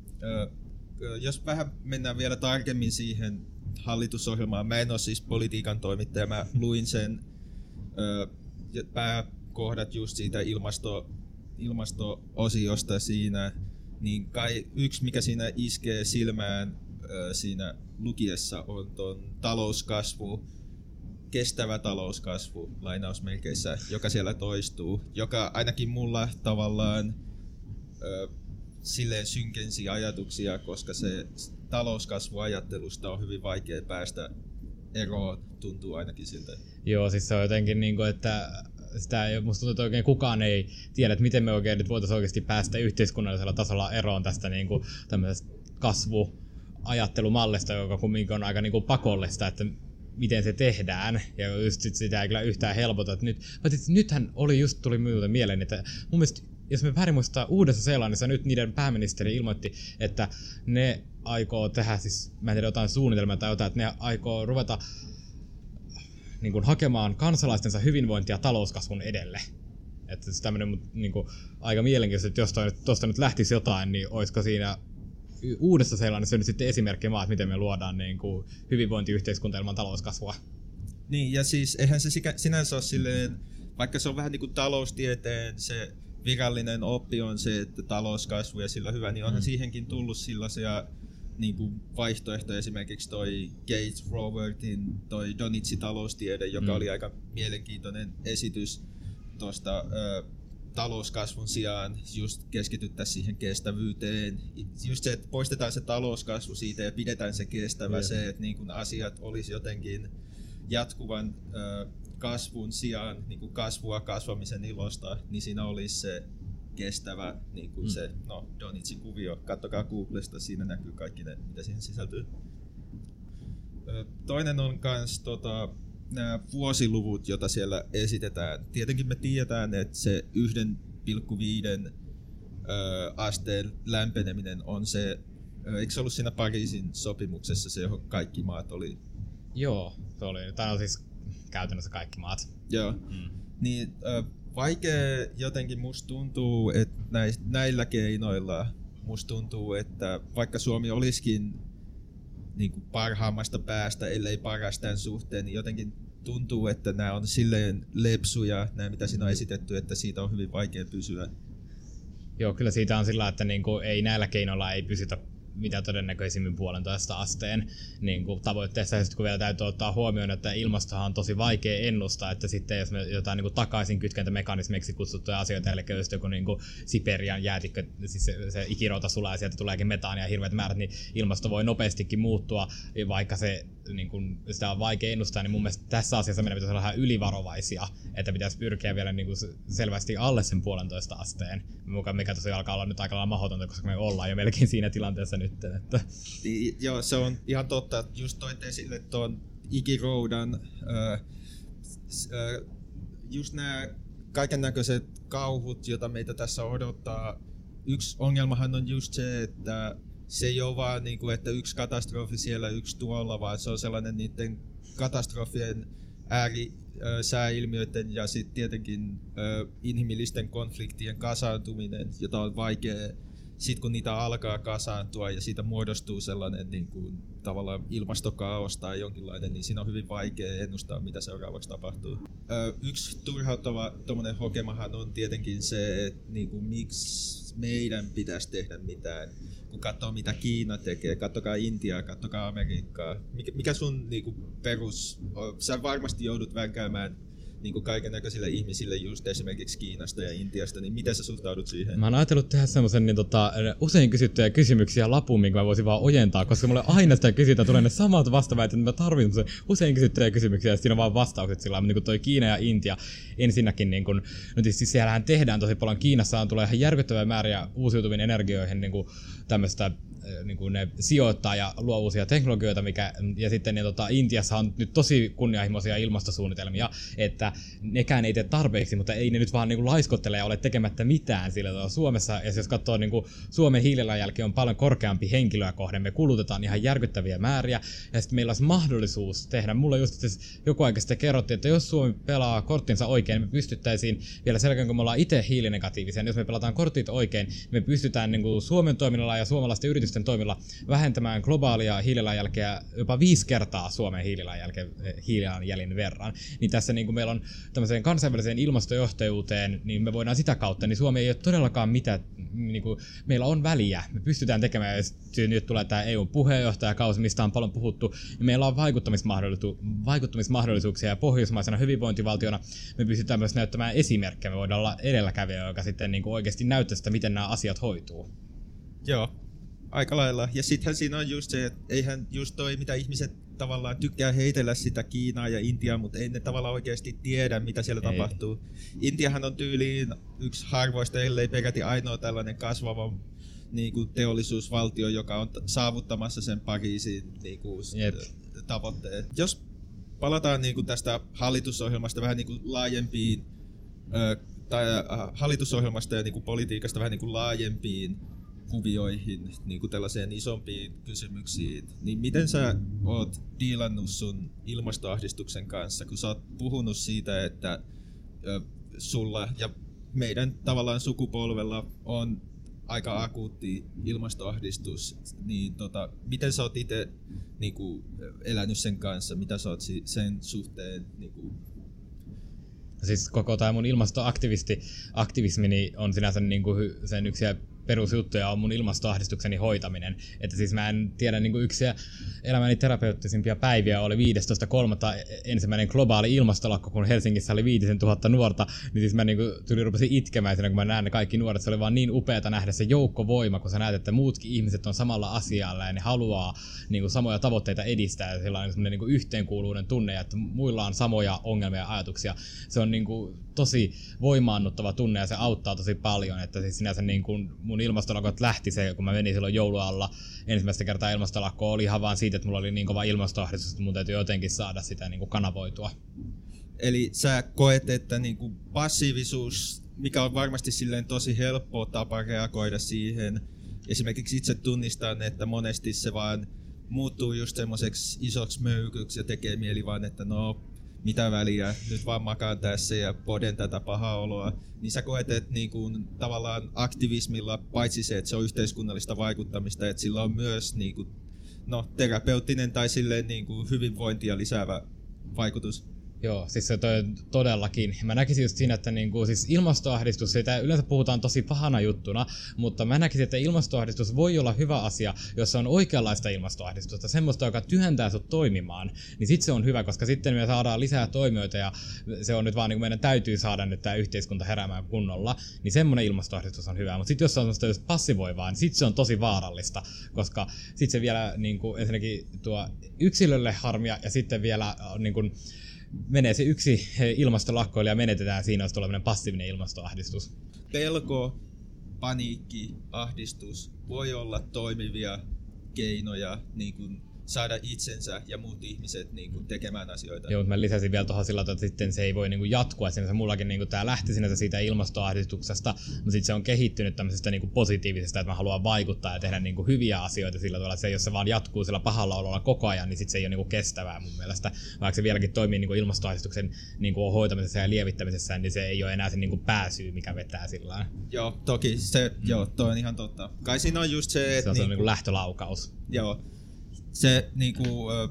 jos vähän mennään vielä tarkemmin siihen hallitusohjelmaan, mä en ole siis politiikan toimittaja, mä luin sen pääkohdat just siitä ilmasto-osiosta siinä, niin kai yksi mikä siinä iskee silmään siinä lukiessa on ton talouskasvu kestävä talouskasvu lainausmerkeissä, joka siellä toistuu, joka ainakin mulla tavallaan silleen synkensi ajatuksia, koska se talouskasvuajattelusta on hyvin vaikea päästä eroon, tuntuu ainakin siltä. Joo, siis se on jotenkin niinku, että sitä ei, musta tuntuu, että oikein kukaan ei tiedä, että miten me oikein nyt voitaisiin oikeasti päästä yhteiskunnallisella tasolla eroon tästä niinku tämmöisestä kasvuajattelumallista, joka kumminkin on aika niinku pakollista, että miten se tehdään, ja just sitä ei kyllä yhtään helpota. Nythän tuli minulta mieleen, että mun mielestä, jos me väärin muistaa, Uudessa-Seelannissa nyt niiden pääministeri ilmoitti, että ne aikoo tehdä, siis mä en tiedä jotain suunnitelmaa tai jotain, että ne aikoo ruveta niin kuin hakemaan kansalaistensa hyvinvointia talouskasvun edelle. Että se tämmönen niin kuin aika mielenkiintoista, että jos tuosta nyt lähtisi jotain, niin olisiko siinä Uudessa-Seelannissa nyt sitten esimerkki maa, että miten me luodaan niin kuin hyvinvointiyhteiskunta ilman talouskasvua. Niin, ja siis eihän se sinänsä ole silleen, vaikka se on vähän niin kuin taloustieteen se virallinen oppi on se, että talouskasvu ja sillä hyvä, niin onhan siihenkin tullut sellaisia niin kuin vaihtoehtoja, esimerkiksi toi Gates Robertin toi Donitsi-taloustiede, joka oli aika mielenkiintoinen esitys tuosta talouskasvun sijaan, just keskityttäisiin siihen kestävyyteen. Just se, että poistetaan se talouskasvu siitä ja pidetään se kestävä, se, että niin kuin asiat olisi jotenkin jatkuvan kasvun sijaan niin kuin kasvua kasvamisen ilosta, niin siinä olisi se kestävä niin kuin se Donitsin kuvio. Kattokaa Googlesta, siinä näkyy kaikki ne, mitä siihen sisältyy. Toinen on kans nämä vuosiluvut, joita siellä esitetään. Tietenkin me tiedetään, että se 1,5 asteen lämpeneminen on se, eikö se ollut siinä Pariisin sopimuksessa se, johon kaikki maat oli? Joo, se oli. Tämä on siis käytännössä kaikki maat. Joo. Niin vaikea jotenkin musta tuntuu, että näillä keinoilla musta tuntuu, että vaikka Suomi olisikin niin kuin parhaimmasta päästä, ellei paras tämän suhteen, niin jotenkin tuntuu, että nämä on silleen lepsuja, nämä mitä siinä on esitetty, että siitä on hyvin vaikea pysyä. Joo, kyllä siitä on sillä, että niinku ei näillä keinoilla ei pysytä mitä todennäköisimmin 1,5 asteen niin kuin tavoitteessa. Ja sitten kun vielä täytyy ottaa huomioon, että ilmastohan on tosi vaikea ennustaa, että sitten jos me jotain niin kuin takaisin kytkentämekanismeiksi kutsuttuja asioita, eli jos joku niin kuin Siperian jäätikkö, siis se ikirouta sulaa ja sieltä tuleekin metaania ja hirveät määrät, niin ilmasto voi nopeastikin muuttua, vaikka se niin kuin, sitä on vaikea ennustaa, niin mun mielestä tässä asiassa meidän pitäisi olla vähän ylivarovaisia, että pitäisi pyrkiä vielä niin kuin selvästi alle sen 1,5 asteen, mikä tosiaan alkaa olla nyt aika lailla mahdotonta, koska me ollaan jo melkein siinä tilanteessa nyt. Että. Joo, se on ihan totta, että just toit esille tuon ikiroudan, just nämä kaiken näköiset kauhut, joita meitä tässä odottaa. Yksi ongelmahan on just se, että se ei ole vaan niin kuin, että yksi katastrofi siellä, yksi tuolla, vaan se on sellainen niiden katastrofien äärisääilmiöiden ja sitten tietenkin inhimillisten konfliktien kasaantuminen, jota on vaikea, sitten kun niitä alkaa kasaantua ja siitä muodostuu sellainen niin kuin, tavallaan ilmastokaos tai jonkinlainen, niin siinä on hyvin vaikea ennustaa, mitä seuraavaksi tapahtuu. Yksi turhauttava tommonen hokemahan on tietenkin se, että niin kuin, miksi meidän pitäisi tehdä mitään. Kun katsoo mitä Kiina tekee, katsokaa Intiaa, katsokaa Amerikkaa. Mikä sun niin kuin, perus, sä varmasti joudut vänkäämään niin kaiken näköisille ihmisille just esimerkiksi Kiinasta ja Intiasta, niin miten sä suhtaudut siihen? Mä oon ajatellut tehdä semmosen niin usein kysyttyjä kysymyksiä lapun, minkä mä voisin vaan ojentaa, koska mulle aina sitä kysytään, tulee ne samat vastaväitet, että mä tarvitsen usein kysyttyjä kysymyksiä, ja siinä on vaan vastaukset sillä niin kuin toi Kiina ja Intia ensinnäkin, niin kuin, no siis siellähän tehdään tosi paljon, Kiinassa tulee ihan järkyttäviä määriä uusiutuviin energioihin niin kuin tämmöistä, niin kuin ne sijoittaa ja luo uusia teknologioita, ja sitten niin, Intiassa on nyt tosi kunnianhimoisia ilmastosuunnitelmia, että nekään ei tee tarpeeksi, mutta ei ne nyt vaan niin kuin laiskottele ja ole tekemättä mitään sillä Suomessa, ja jos katsoo niin kuin Suomen hiilijalanjälki on paljon korkeampi henkilöä kohden, me kulutetaan ihan järkyttäviä määriä, ja sitten meillä olisi mahdollisuus tehdä, mulle just joku aika sitten kerrottiin, että jos Suomi pelaa korttinsa oikein, niin me pystyttäisiin vielä selkeän, kun me ollaan itse hiilinegatiivisia, niin jos me pelataan kortit oikein, niin me pystytään niin kuin Suomen toiminnalla ja suomalaisten yritysten toimilla vähentämään globaalia hiilijalanjälkeä jopa 5 kertaa Suomen hiilijalanjäljen verran. Niin tässä niin kuin meillä tuohon tämmöiseen kansainväliseen ilmastojohtajuuteen, niin me voidaan sitä kautta, niin Suomi ei ole todellakaan mitään, niin kuin, meillä on väliä, me pystytään tekemään, ja nyt tulee tämä EUn puheenjohtajakausi, mistä on paljon puhuttu, ja meillä on vaikuttamismahdollisuuksia, ja pohjoismaisena hyvinvointivaltiona me pystytään myös näyttämään esimerkkejä, me voidaan olla edelläkävijä, joka sitten niin kuin oikeasti näyttää sitä, miten nämä asiat hoituu. Joo, aika lailla. Ja sittenhän siinä on just se, että eihän just toi, mitä ihmiset tavallaan tykkää heitellä sitä Kiinaa ja Intiaa, mutta ei ne tavallaan oikeasti tiedä, mitä siellä tapahtuu. Intiahan on tyyliin yksi harvoista, ellei peräti ainoa tällainen kasvava niin kuin teollisuusvaltio, joka on saavuttamassa sen Pariisin niin kuin, tavoitteen. Jos palataan niin kuin tästä hallitusohjelmasta vähän niin kuin laajempiin, tai hallitusohjelmasta ja niin kuin politiikasta vähän niin kuin laajempiin kuvioihin, niin kuin tällaiseen isompiin kysymyksiin, niin miten sä oot diilannut sun ilmastoahdistuksen kanssa, kun sä oot puhunut siitä, että sulla ja meidän tavallaan sukupolvella on aika akuutti ilmastoahdistus, niin miten sä oot itse niin kuin elänyt sen kanssa, mitä sä oot sen suhteen niin kuin... Siis koko tämä mun ilmastoaktivismini on sinänsä niin kuin sen yksi perusjuttuja on mun ilmastoahdistukseni hoitaminen. Että siis mä en tiedä, niin kuin yksi elämäni terapeuttisimpia päiviä oli 15.3. ensimmäinen globaali ilmastolakko, kun Helsingissä oli 5000 nuorta, niin siis mä niin kuin rupesin itkemään siinä, kun mä näen ne kaikki nuoret. Se oli vaan niin upeata nähdä se joukkovoima, kun sä näet, että muutkin ihmiset on samalla asialla ja ne haluaa niin kuin samoja tavoitteita edistää. Ja sillä on semmoinen niin kuin yhteenkuuluuden tunne, ja että muilla on samoja ongelmia ja ajatuksia. Se on niin kuin tosi voimaannuttava tunne ja se auttaa tosi paljon. Että siis sinänsä niin kuin mun ilmastolakot lähti se, kun mä menin silloin joulualla ensimmäistä kertaa ilmastolakkoon, oli ihan vaan siitä, että mulla oli niin kova ilmastoahdistus, että mun täytyy jotenkin saada sitä niin kuin kanavoitua. Eli sä koet, että niin kuin passiivisuus, mikä on varmasti silleen tosi helppo tapa reagoida siihen, esimerkiksi itse tunnistan, että monesti se vaan muuttuu just semmoiseksi isoksi möykyksi ja tekee mieli vaan, että no mitä väliä, nyt vaan makaan tässä ja poden tätä pahaa oloa, niin sä koet, että niin kuin, tavallaan aktivismilla, paitsi se, että se on yhteiskunnallista vaikuttamista, että sillä on myös niin kuin, terapeuttinen tai silleen niin kuin, hyvinvointia lisäävä vaikutus. Joo, siis se todellakin. Mä näkisin just siinä, että niinku, siis ilmastoahdistus, siitä yleensä puhutaan tosi pahana juttuna, mutta mä näkisin, että ilmastoahdistus voi olla hyvä asia, jos on oikeanlaista ilmastoahdistusta, semmoista, joka työntää sut toimimaan, niin sit se on hyvä, koska sitten me saadaan lisää toimijoita ja se on nyt vaan, niin meidän täytyy saada nyt tää yhteiskunta heräämään kunnolla, niin semmoinen ilmastoahdistus on hyvä, mutta sitten jos se on semmoista just passivoivaa, niin sit se on tosi vaarallista, koska sit se vielä niinku, ensinnäkin tuo yksilölle harmia ja sitten vielä niinku, menee se yksi ilmastolakkoilija ja menetetään, siinä olisi tuollainen passiivinen ilmastoahdistus. Pelko, paniikki, ahdistus voi olla toimivia keinoja niin kuin saada itsensä ja muut ihmiset niin kuin tekemään asioita. Joo, mutta mä lisäsin vielä tuohon sillä tavalla, että sitten se ei voi niin kuin jatkua. Sinänsä mullakin niin kuin tämä lähti sinänsä siitä ilmastoahdistuksesta, mutta sitten se on kehittynyt tämmöisestä niin kuin positiivisesta, että mä haluan vaikuttaa ja tehdä niin kuin hyviä asioita sillä tavalla, että se, jos se vaan jatkuu sillä pahalla ololla koko ajan, niin sitten se ei ole niin kuin kestävää mun mielestä. Vaikka se vieläkin toimii niin kuin ilmastoahdistuksen niin kuin hoitamisessa ja lievittämisessä, niin se ei ole enää se niin kuin pääsyy, mikä vetää sillä. Joo, toki se, joo, toi on ihan totta. Kai siinä on just se, että se on niin kuin lähtölaukaus. Joo. Se niinku,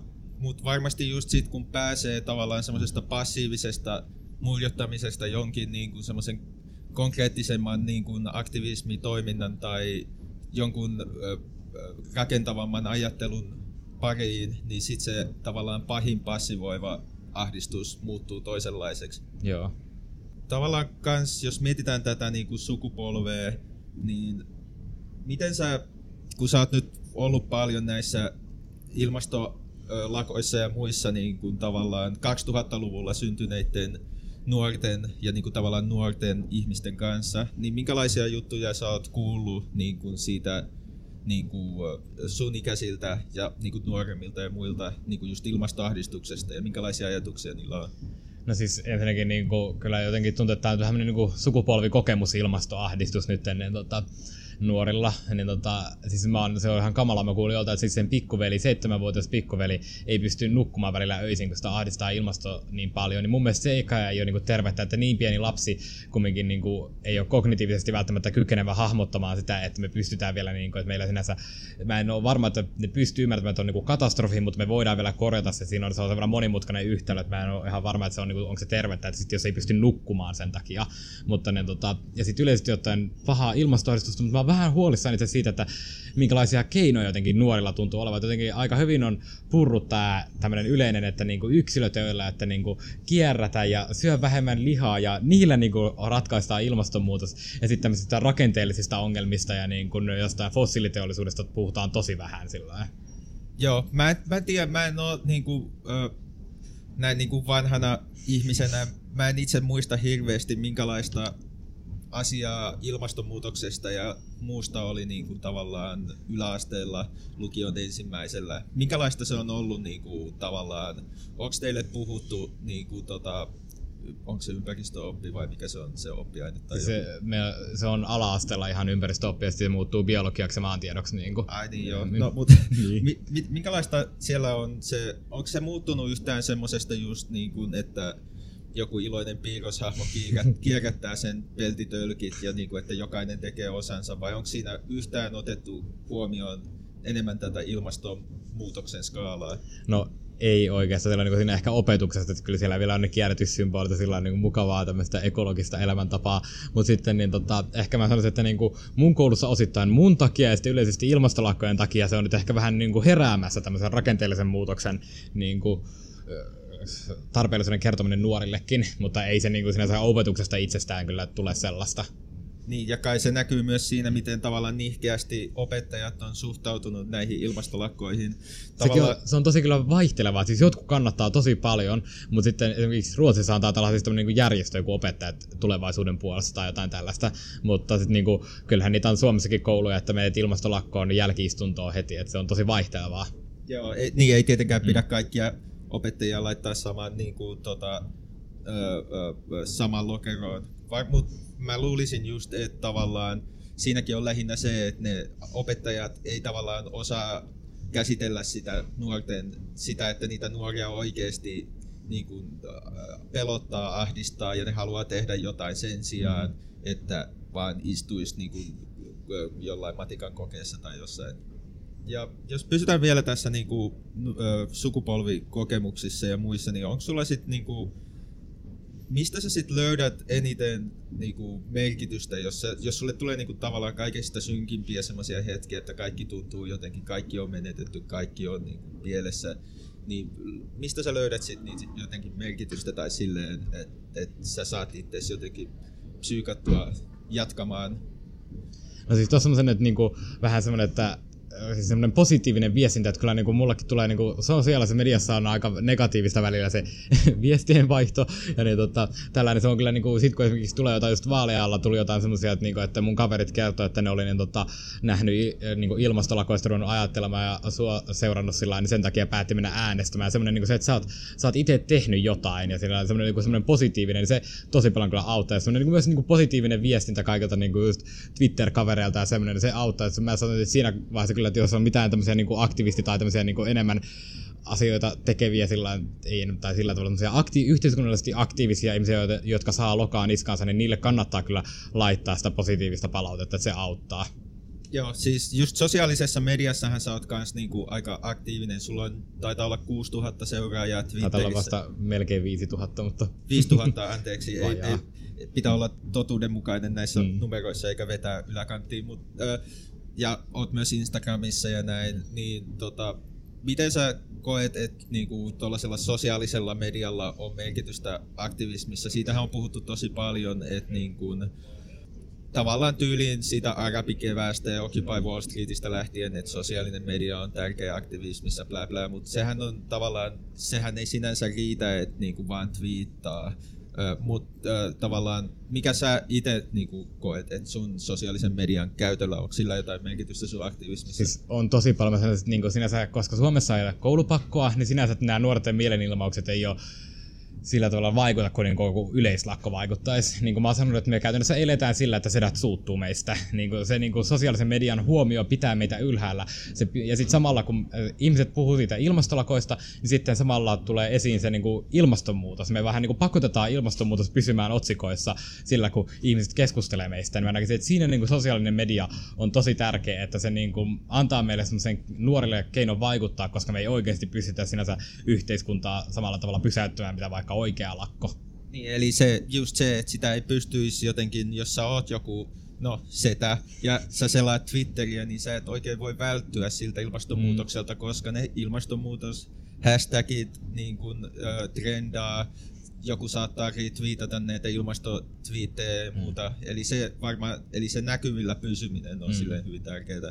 mut varmasti just sit kun pääsee tavallaan semmoisesta passiivisesta muljottamisesta jonkin niinku semmoisen konkreettisemman niinku aktivismitoiminnan tai jonkun rakentavamman ajattelun pariin, niin sit se tavallaan pahin passivoiva ahdistus muuttuu toisenlaiseksi. Joo. Tavallaan kans, jos mietitään tätä niinku sukupolvea, niin miten sä, kun sä oot nyt ollut paljon näissä ilmastolakoissa ja muissa niin kuin tavallaan 2000-luvulla syntyneiden nuorten ja niin kuin tavallaan nuorten ihmisten kanssa, niin minkälaisia juttuja sä oot kuullut niin kuin siitä niin kuin sun ikäisiltä ja niin kuin nuoremmilta ja muilta niin kuin just ilmastoahdistuksesta ja minkälaisia ajatuksia niillä on? No siis ensinnäkin niin kuin, kyllä jotenkin tuntuu, että tämä on tämmöinen niin sukupolvikokemus ilmastoahdistus nyt ennen nuorilla, niin siis se on ihan kamala, mä kuulin joltain, että siis sen pikkuveli, 7-vuotias pikkuveli ei pysty nukkumaan välillä öisin, kun sitä ahdistaa ilmasto niin paljon, niin mun mielestä se ei ole niinku tervettä, että niin pieni lapsi kumminkin niinku ei ole kognitiivisesti välttämättä kykenevä hahmottamaan sitä, että me pystytään vielä niinku, että meillä sinänsä, mä en ole varma, että ne pystyy ymmärtämään, että on niinku katastrofi, mutta me voidaan vielä korjata se, se on sellainen monimutkainen yhtälö, että mä en ole ihan varma, että se on, niinku, onko se tervettä, että sit jos ei pysty nukkumaan sen takia, mutta ne, ja sitten yleisesti ottaen pahaa ilmastoahdistusta, mutta mä oon vähän huolissani itse siitä, että minkälaisia keinoja jotenkin nuorilla tuntuu olevan. Jotenkin aika hyvin on purrut tää tämmönen yleinen, että niinku yksilötöillä, että niinku kierrätä ja syö vähemmän lihaa ja niillä niinku ratkaistaan ilmastonmuutos. Ja sitten tämmöisistä rakenteellisista ongelmista ja niinku jostain fossiiliteollisuudesta puhutaan tosi vähän sillä. Joo, mä en tiedä, mä en oo niinku, näin niinku vanhana ihmisenä, mä en itse muista hirveästi minkälaista asiaa ilmastonmuutoksesta ja muusta oli niinku tavallaan yläasteella lukion ensimmäisellä. Minkälaista se on ollut niinku tavallaan, onko teille puhuttu niinku onko se ympäristöoppi vai mikä se on se oppiaine? Tai se on ala-asteella ihan ympäristöoppi ja sitten se muuttuu biologiaksi ja maantiedoksi. Niinku. Ai niin joo, no mutta minkälaista siellä on se, onko se muuttunut yhtään semmosesta just niinku, että joku iloinen piirroshahmo kierrättää sen peltitölkit ja niinku, että jokainen tekee osansa, vai onko siinä yhtään otettu huomioon enemmän tätä ilmastonmuutoksen skaalaa? No ei oikeastaan, siellä on niin siinä ehkä opetuksesta, että kyllä siellä vielä on ne kierrätyssymbolit ja sillä on niin mukavaa tämmöistä ekologista elämäntapaa, mutta sitten niin ehkä mä sanoisin, että niin mun koulussa osittain mun takia ja sitten yleisesti ilmastolakkojen takia se on nyt ehkä vähän niin heräämässä tämmöisen rakenteellisen muutoksen niin tarpeellisuuden kertominen nuorillekin, mutta ei se niin sinänsä opetuksesta itsestään kyllä tule sellaista. Niin, ja kai se näkyy myös siinä, miten tavallaan nihkeästi opettajat on suhtautunut näihin ilmastolakkoihin. Se on tosi kyllä vaihtelevaa, siis jotkut kannattaa tosi paljon, mutta sitten esimerkiksi Ruotsissa on taitaa olla siis tämmöinen niin järjestö, joku opettajat tulevaisuuden puolesta tai jotain tällaista, mutta sitten niin kuin, kyllähän niitä on Suomessakin kouluja, että menet ilmastolakkoon niin jälki-istuntoon heti, että se on tosi vaihtelevaa. Joo, ei tietenkään pidä kaikkia opettajia laittaa samaan niin kuin, saman lokeroon. Mutta mä luulisin just, että tavallaan siinäkin on lähinnä se, että ne opettajat ei tavallaan osaa käsitellä sitä, että niitä nuoria oikeasti niin kuin, pelottaa, ahdistaa ja ne haluaa tehdä jotain sen sijaan, että vaan istuisi niin kuin, jollain matikan kokeessa tai jossain. Ja jos pysytään vielä tässä niin kuin, sukupolvikokemuksissa ja muissa, niin onko sulla sitten niin kuin, mistä sä sit löydät eniten niinku merkitystä, jos sulle tulee niinku tavallaan kaikista synkimpiä semmoisia hetkiä, että kaikki tuntuu jotenkin, kaikki on menetetty, kaikki on niinku pielessä, niin mistä sä löydät sit jotenkin merkitystä tai silleen, että sä saat itsesi jotenkin psyykattua jatkamaan? No siis tuossa semmoinen, että niinku, vähän semmoinen, että siis semmoinen positiivinen viestintä, että kyllä niin kuin mullakin tulee niin kuin sosiaalisessa mediassa on aika negatiivista välillä se viestien vaihto ja niin tällainen se on kyllä niin kuin sit kun esimerkiksi tulee jotain just vaaleja alla tuli jotain semmoisia että niinku että mun kaverit kertoo että ne oli niin nähnyt niin kuin ilmastolakoista ruvennut ajattelemaan ja seurannut sillä niin sen takia päätti mennä äänestämään semmoinen niin kuin se että sä oot itse tehnyt jotain ja sillä semmoinen niin semmoinen positiivinen niin se tosi paljon kyllä auttaa ja semmoinen niin myös niin kuin positiivinen viestintä kaikilta niin kuin just Twitter-kavereilta ja semmoinen niin se auttaa että mä sanon että siinä vaiheessa kyllä että jos on mitään tämmöisiä niin kuin aktivisti tai tämmöisiä niin kuin enemmän asioita tekeviä sillä tavalla yhteiskunnallisesti aktiivisia ihmisiä, jotka saa lokaa niskaansa, niin niille kannattaa kyllä laittaa sitä positiivista palautetta, että se auttaa. Joo, siis just sosiaalisessa mediassahan sä oot kans niinku aika aktiivinen. Sulla on, taitaa olla 6000 seuraajaa Twitterissä. Taitaa olla vasta melkein 5000, mutta... 5000, anteeksi. ei, pitää olla totuudenmukainen näissä numeroissa eikä vetää yläkanttiin. Ja oot myös Instagramissa ja näin, niin miten sä koet, että niinku tuollaisella sosiaalisella medialla on merkitystä aktivismissa? Siitähän on puhuttu tosi paljon, että niinku, tavallaan tyyliin siitä arabikeväästä ja Occupy Wall Streetistä lähtien, että sosiaalinen media on tärkeä aktivismissa, bla bla, mutta sehän ei sinänsä riitä, että niinku vaan twiittaa. Mutta tavallaan, mikä sä itse niinku koet, että sun sosiaalisen median käytöllä, onko sillä jotain merkitystä sun aktivismissa? Siis on tosi paljon, niin sinänsä, koska Suomessa ei ole koulupakkoa, niin sinänsä nämä nuorten mielenilmaukset ei ole sillä tavalla vaikuta, kun niin yleislakko vaikuttaisi. Niin kuin mä oon sanonut, että me käytännössä eletään sillä, että sedät suuttuu meistä. Niin kuin se niin kuin sosiaalisen median huomio pitää meitä ylhäällä. Ja sitten samalla, kun ihmiset puhuu siitä ilmastolakoista, niin sitten samalla tulee esiin se niin kuin ilmastonmuutos. Me vähän niin kuin pakotetaan ilmastonmuutos pysymään otsikoissa sillä, kun ihmiset keskustelee meistä. Niin mä näkisin, että siinä niin kuin sosiaalinen media on tosi tärkeä, että se niin kuin antaa meille semmoisen nuorille keinon vaikuttaa, koska me ei oikeasti pystytä sinänsä yhteiskuntaa samalla tavalla pysäyttämään, mitä vaikka oikea lakko. Niin, eli just se, että sitä ei pystyisi jotenkin, jos sä oot joku setä ja sä selaat Twitteriä, niin sä et oikein voi välttyä siltä ilmastonmuutokselta, koska ne ilmastonmuutos-hashtagit niin kun, trendaa, joku saattaa retweetata näitä ilmastotwiittejä ja muuta, eli se näkyvillä pysyminen on silleen hyvin tärkeää.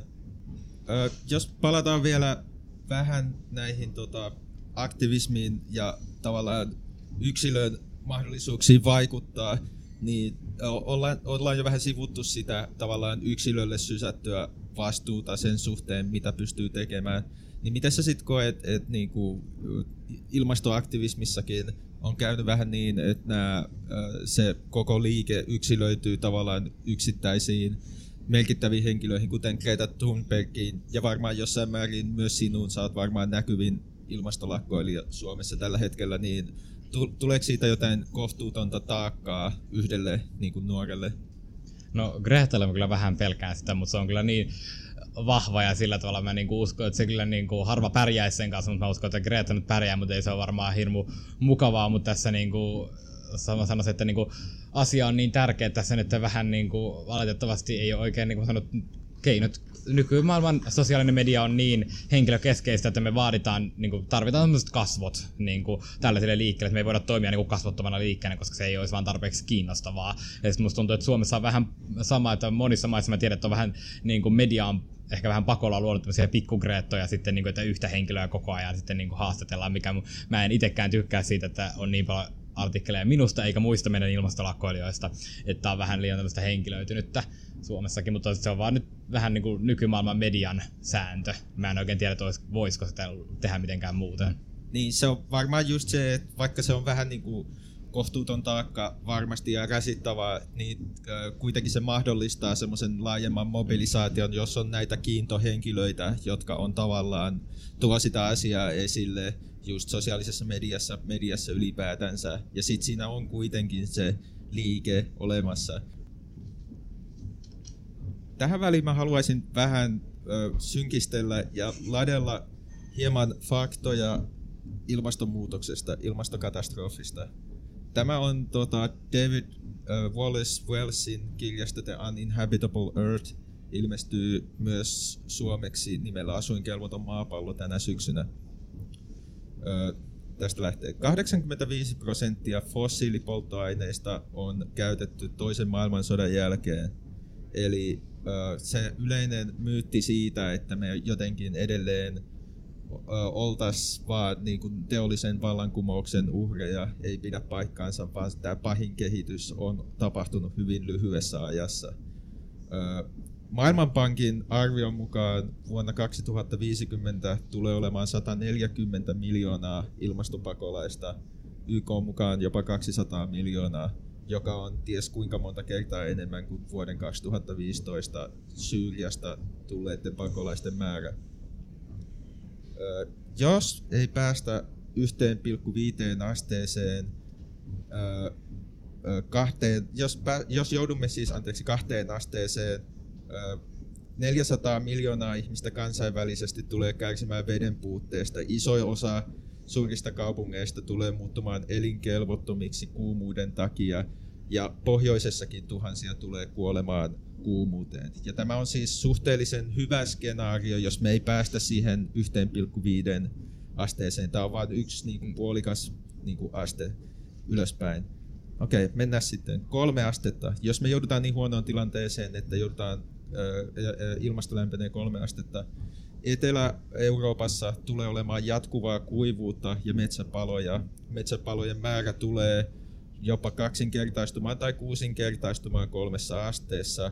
Jos palataan vielä vähän näihin aktivismiin ja tavallaan yksilön mahdollisuuksiin vaikuttaa, niin ollaan jo vähän sivuttu sitä tavallaan yksilölle sysättyä vastuuta sen suhteen, mitä pystyy tekemään. Niin miten sä sit koet, että niinku ilmastoaktivismissakin on käynyt vähän niin, että se koko liike yksilöityy tavallaan yksittäisiin merkittäviin henkilöihin, kuten Greta Thunbergiin, ja varmaan jossain määrin myös sinuun, sä oot varmaan näkyvin ilmastolakkoilija Suomessa tällä hetkellä, niin tuleeko siitä jotain kohtuutonta taakkaa yhdelle niin kuin nuorelle? No Gretalle mä kyllä vähän pelkään sitä, mutta se on kyllä niin vahva ja sillä tavalla mä niinku uskon, että se kyllä niinku harva pärjäisi sen kanssa, mutta mä uskon, että Greta nyt pärjää, mutta ei se ole varmaan hirmu mukavaa, mutta tässä niinku mä sanoisin, että niinku asia on niin tärkeä tässä, että vähän niinku valitettavasti ei ole oikein niinku sanonut keinot. Nykymaailman sosiaalinen media on niin henkilökeskeistä, että me tarvitaan sellaiset kasvot tällaisille liikkeelle, että me ei voida toimia kasvottomana liikkeenä, koska se ei olisi vaan tarpeeksi kiinnostavaa. Ja sitten musta tuntuu, että Suomessa on vähän sama, että monissa maissa mä tiedän, että on vähän media on ehkä vähän pakolla luonut tämmöisiä pikkugreettoja sitten, että yhtä henkilöä koko ajan sitten haastatellaan, mikä mä en itsekään tykkää siitä, että on niin paljon artikkeleja minusta eikä muista meidän ilmastolakkoilijoista, että on vähän liian tämmöistä henkilöitynyttä Suomessakin, mutta se on vaan nyt vähän niin kuin nykymaailman median sääntö. Mä en oikein tiedä, että voisiko sitä tehdä mitenkään muuten. Niin se on varmaan just se, että vaikka se on vähän niin kuin kohtuuton taakka varmasti ja rasittavaa, niin kuitenkin se mahdollistaa semmoisen laajemman mobilisaation, jos on näitä kiintohenkilöitä, jotka on tavallaan tuo sitä asiaa esille just sosiaalisessa mediassa ylipäätänsä. Ja sit siinä on kuitenkin se liike olemassa. Tähän väliin mä haluaisin vähän synkistellä ja ladella hieman faktoja ilmastonmuutoksesta, ilmastokatastrofista. Tämä on David Wallace Welsin kirjasta The Uninhabitable Earth. Ilmestyy myös suomeksi nimellä Asuinkelvoton maapallo tänä syksynä. Tästä lähtee 85% fossiilipolttoaineista on käytetty toisen maailmansodan jälkeen. Eli se yleinen myytti siitä, että me jotenkin edelleen oltaisiin vaan niin kuin teollisen vallankumouksen uhreja, ei pidä paikkaansa, vaan tämä pahin kehitys on tapahtunut hyvin lyhyessä ajassa. Maailmanpankin arvion mukaan vuonna 2050 tulee olemaan 140 miljoonaa ilmastopakolaista, YK mukaan jopa 200 miljoonaa, joka on ties kuinka monta kertaa enemmän kuin vuoden 2015 Syyriasta tulleiden pakolaisten määrä. Jos ei päästä 1,5 asteeseen, jos joudumme siis 2 asteeseen, 400 miljoonaa ihmistä kansainvälisesti tulee kärsimään veden puutteesta. Iso osa suurista kaupungeista tulee muuttumaan elinkelvottomiksi kuumuuden takia ja pohjoisessakin tuhansia tulee kuolemaan kuumuuteen. Ja tämä on siis suhteellisen hyvä skenaario, jos me ei päästä siihen 1,5 asteeseen. Tämä on vain yksi puolikas aste ylöspäin. Okei, mennään sitten 3 astetta. Jos me joudutaan niin huonoon tilanteeseen, että ilmasto lämpenee 3 astetta, Etelä-Euroopassa tulee olemaan jatkuvaa kuivuutta ja metsäpaloja. Metsäpalojen määrä tulee jopa 2-kertaistumaan tai 6-kertaistumaan 3 asteessa.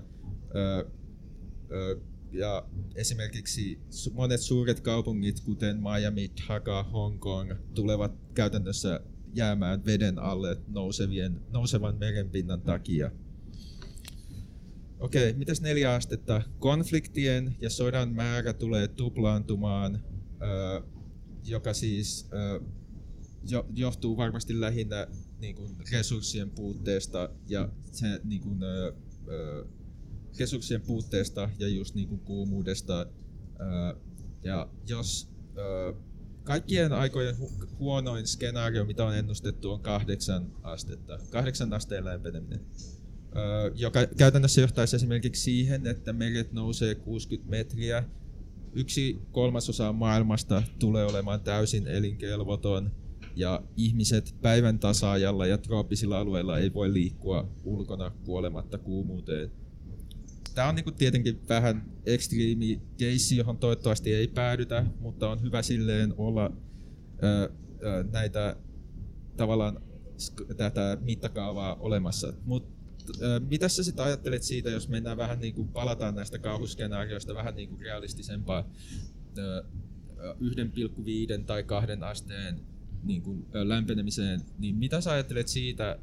Ja esimerkiksi monet suuret kaupungit, kuten Miami, Dhaka, Hong Kong, tulevat käytännössä jäämään veden alle nousevan merenpinnan takia. Okei, mitäs 4 astetta? Konfliktien ja sodan määrä tulee tuplaantumaan, joka siis johtuu varmasti lähinnä niin kuin resurssien puutteesta ja se niin kuin, resurssien puutteesta ja just niin kuin kuumuudesta. Ja jos kaikkien aikojen huonoin skenaario, mitä on ennustettu, on 8 astetta. 8 asteen lämpeneminen, joka käytännössä johtaisi esimerkiksi siihen, että meret nousee 60 metriä. 1/3 maailmasta tulee olemaan täysin elinkelvoton ja ihmiset päivän tasaajalla ja trooppisilla alueilla ei voi liikkua ulkona kuolematta kuumuuteen. Tämä on tietenkin vähän ekstriimi keissi, johon toivottavasti ei päädytä, mutta on hyvä silleen olla näitä tavallaan tätä mittakaavaa olemassa. Mitä sä sitten ajattelet siitä, jos mennään vähän palataan näistä kauhuskenaarioista vähän realistisempaan 1,5 tai 2 asteen lämpenemiseen, niin mitä sä ajattelet siitä,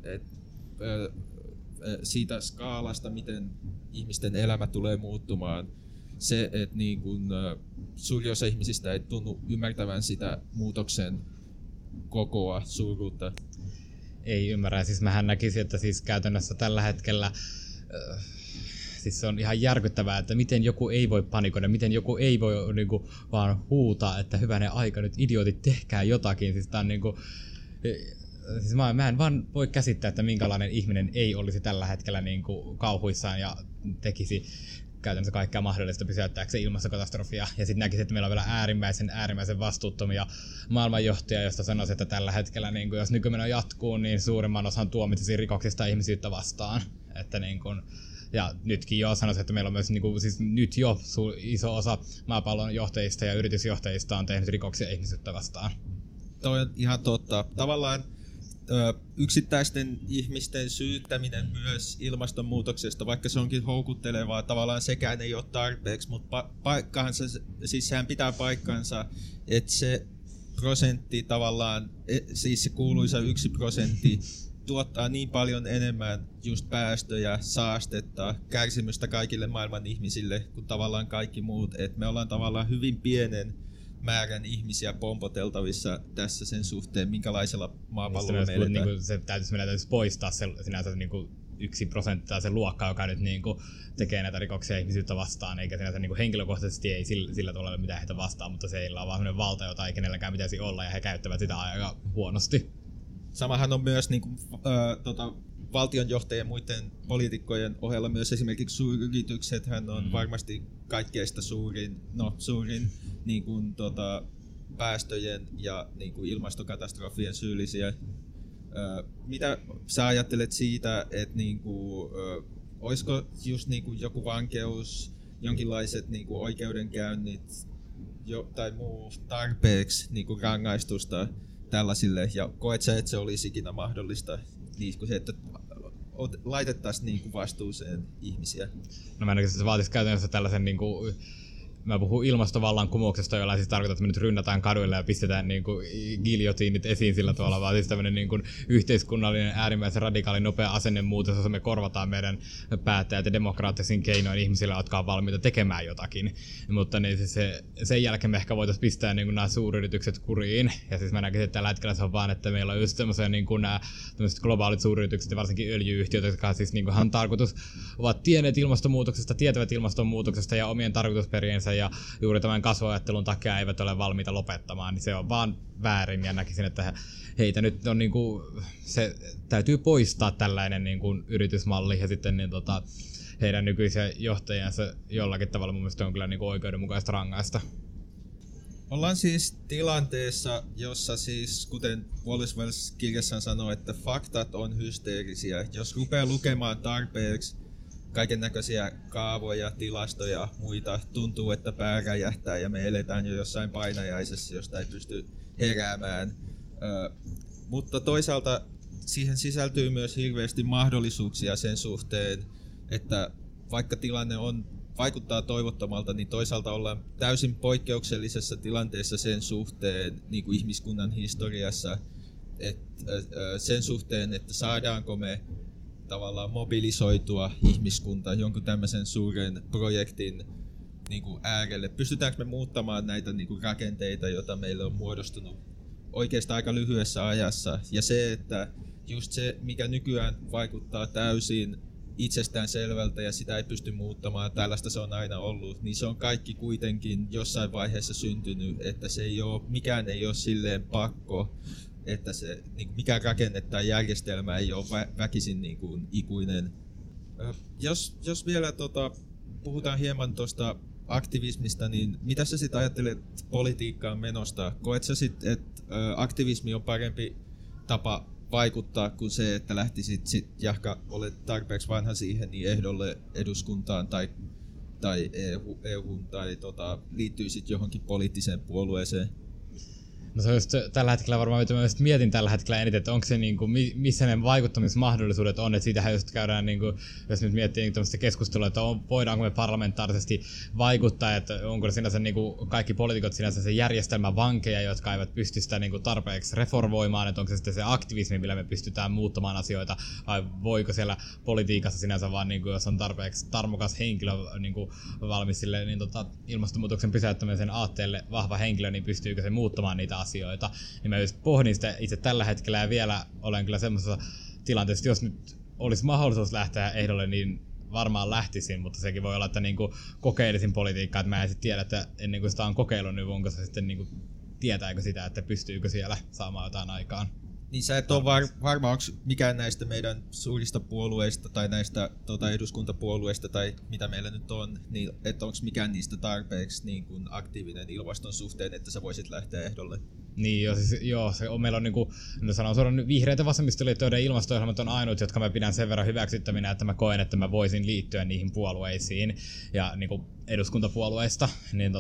siitä skaalasta, miten ihmisten elämä tulee muuttumaan? Se, että suuri osa ihmisistä ei tunnu ymmärtävän sitä muutoksen kokoa, suuruutta. Ei ymmärrä. Siis mähän näkisin, että siis käytännössä tällä hetkellä siis se on ihan järkyttävää, että miten joku ei voi panikoida, miten joku ei voi vaan huutaa, että hyvänen aika nyt idiotit, tehkää jotakin. Siis tää on siis mä en vaan voi käsittää, että minkälainen ihminen ei olisi tällä hetkellä kauhuissaan ja tekisi käytännössä kaikkea mahdollista pysäyttääkseen ilmastokatastrofia. Ja sitten näkisin, että meillä on vielä äärimmäisen vastuuttomia maailmanjohtajia, joista sanoisin, että tällä hetkellä, jos nykymeno jatkuu, niin suurimman osan tuomitsisi rikoksista ihmisyyttä vastaan. Että ja nytkin jo sanoisin, että meillä on myös siis nyt jo iso osa maapallon johtajista ja yritysjohtajista on tehnyt rikoksia ihmisyyttä vastaan. Toi on ihan totta. Tavallaan yksittäisten ihmisten syyttäminen myös ilmastonmuutoksesta, vaikka se onkin houkuttelevaa, tavallaan sekään ei ole tarpeeksi, mutta siis sehän pitää paikkansa, että se prosentti tavallaan, siis se kuuluisa 1% tuottaa niin paljon enemmän just päästöjä, saastetta, kärsimystä kaikille maailman ihmisille kuin tavallaan kaikki muut, että me ollaan tavallaan hyvin pienen määrän ihmisiä pompoteltavissa tässä sen suhteen, minkälaisella maapallolla me eletään. Se täytyisi poistaa se sinänsä 1% tai se luokka, joka nyt tekee näitä rikoksia ihmisyyttä vastaan, eikä sinänsä henkilökohtaisesti ei sillä tavalla mitään heitä vastaan, mutta se on vaan sellainen valta, jota ei kenelläkään pitäisi olla, ja he käyttävät sitä aika huonosti. Samahan on myös valtionjohtajien ja muiden poliitikkojen ohella myös esimerkiksi suuryritykset on varmasti kaikkeista suurin päästöjen ja ilmastokatastrofien syyllisiä. Mitä sä ajattelet siitä, että olisiko just joku vankeus, jonkinlaiset oikeudenkäynnit tai muu tarpeeksi rangaistusta tällaisille, ja koet sä, että se olisi ikinä mahdollista, että laitettaisiin vastuuseen ihmisiä? No mä en se vaatisi käytännössä tällaisen mä puhun ilmastovallankumouksesta, jolla siis tarkoittaa, että me nyt rynnätään kaduille ja pistetään giljotiinit esiin sillä tavalla, vaan siis tämmöinen yhteiskunnallinen äärimmäisen radikaali nopea asennemuutos, jossa me korvataan meidän päättäjät ja demokraattisin keinoin ihmisillä, jotka on valmiita tekemään jotakin. Mutta sen jälkeen me ehkä voitaisiin pistää nämä suuryritykset kuriin. Ja siis mä näkisin, että tällä hetkellä se on vaan, että meillä on just semmoisia nämä globaalit suuryritykset ja varsinkin öljy-yhtiöt, jotka siis on tarkoitus, ovat tienneet ilmastonmuutoksesta, tietävät ilmastonmuutoksesta ja omien tarkoitusperiensä ja juuri tämän kasvuajattelun takia eivät ole valmiita lopettamaan, niin se on vaan väärin ja näkisin, että heitä nyt on se täytyy poistaa tällainen yritysmalli ja sitten heidän nykyisiä johtajansa jollakin tavalla mun mielestä on kyllä oikeudenmukaista rangaista. Ollaan siis tilanteessa, jossa siis, kuten Wallace Wells kirjassaan sanoo, että faktat on hysteerisiä. Jos rupeaa lukemaan tarpeeksi kaiken näköisiä kaavoja, tilastoja ja muita, tuntuu, että pää räjähtää ja me eletään jo jossain painajaisessa, josta ei pysty heräämään. Mutta toisaalta siihen sisältyy myös hirveästi mahdollisuuksia sen suhteen, että vaikka tilanne vaikuttaa toivottomalta, niin toisaalta ollaan täysin poikkeuksellisessa tilanteessa sen suhteen niin kuin ihmiskunnan historiassa, sen suhteen, että saadaanko me tavallaan mobilisoitua ihmiskunta jonkun tämmöisen suuren projektin niin kuin äärelle. Pystytäänkö me muuttamaan näitä niin kuin rakenteita, joita meille on muodostunut oikeastaan aika lyhyessä ajassa. Ja se, että just se, mikä nykyään vaikuttaa täysin itsestään selvältä ja sitä ei pysty muuttamaan, tällaista se on aina ollut, niin se on kaikki kuitenkin jossain vaiheessa syntynyt, että mikään ei ole silleen pakko, että se, niin kuin mikään rakenne tai järjestelmä ei ole väkisin niin kuin ikuinen. Jos vielä puhutaan hieman tuosta aktivismista, niin mitä sä sitten ajattelet politiikkaan menosta? Koet sä sitten, että aktivismi on parempi tapa vaikuttaa kuin se, että lähtisit jahka olet tarpeeksi vanha siihen, niin ehdolle eduskuntaan tai EU:hun tai liittyisit johonkin poliittiseen puolueeseen? No se on just tällä hetkellä varmaan, mitä mä just mietin tällä hetkellä eniten, että onko se niinku, missä ne vaikuttamismahdollisuudet on, että siitähän just käydään niinku, jos nyt miettii niinku tämmöistä keskustelua, että voidaanko me parlamentaarisesti vaikuttaa, että onko sinänsä niinku kaikki poliitikot sinänsä se järjestelmän vankeja, jotka eivät pysty sitä niinku tarpeeksi reformoimaan, että onko se sitten se aktivismi, millä me pystytään muuttamaan asioita, vai voiko siellä politiikassa sinänsä vaan niinku, jos on tarpeeksi tarmokas henkilö niinku valmis sille niin ilmastonmuutoksen pysäyttämisen aatteelle vahva henkilö, niin pystyykö se muuttamaan niitä asioita, niin mä just pohdin sitä itse tällä hetkellä ja vielä olen kyllä semmoisessa tilanteessa, jos nyt olisi mahdollisuus lähteä ehdolle, niin varmaan lähtisin, mutta sekin voi olla, että niinku kokeilisin politiikkaa, että mä en sitten tiedä, että ennen kuin sitä on kokeillut, niin onko se sitten niinku, tietääkö sitä, että pystyykö siellä saamaan jotain aikaan. Niin sä et ole varma, onko mikään näistä meidän suurista puolueista tai näistä eduskuntapuolueista tai mitä meillä nyt on, niin että onko mikään niistä tarpeeksi niin kuin aktiivinen ilmaston suhteen, että sä voisit lähteä ehdolle? Niin, se on, meillä on niinku, no sanon suoraan, vihreitä vasemmistoliittoiden ilmasto-ohjelmat on ainut, jotka mä pidän sen verran hyväksyttävinä, että mä koen, että mä voisin liittyä niihin puolueisiin ja niinku eduskuntapuolueista, niin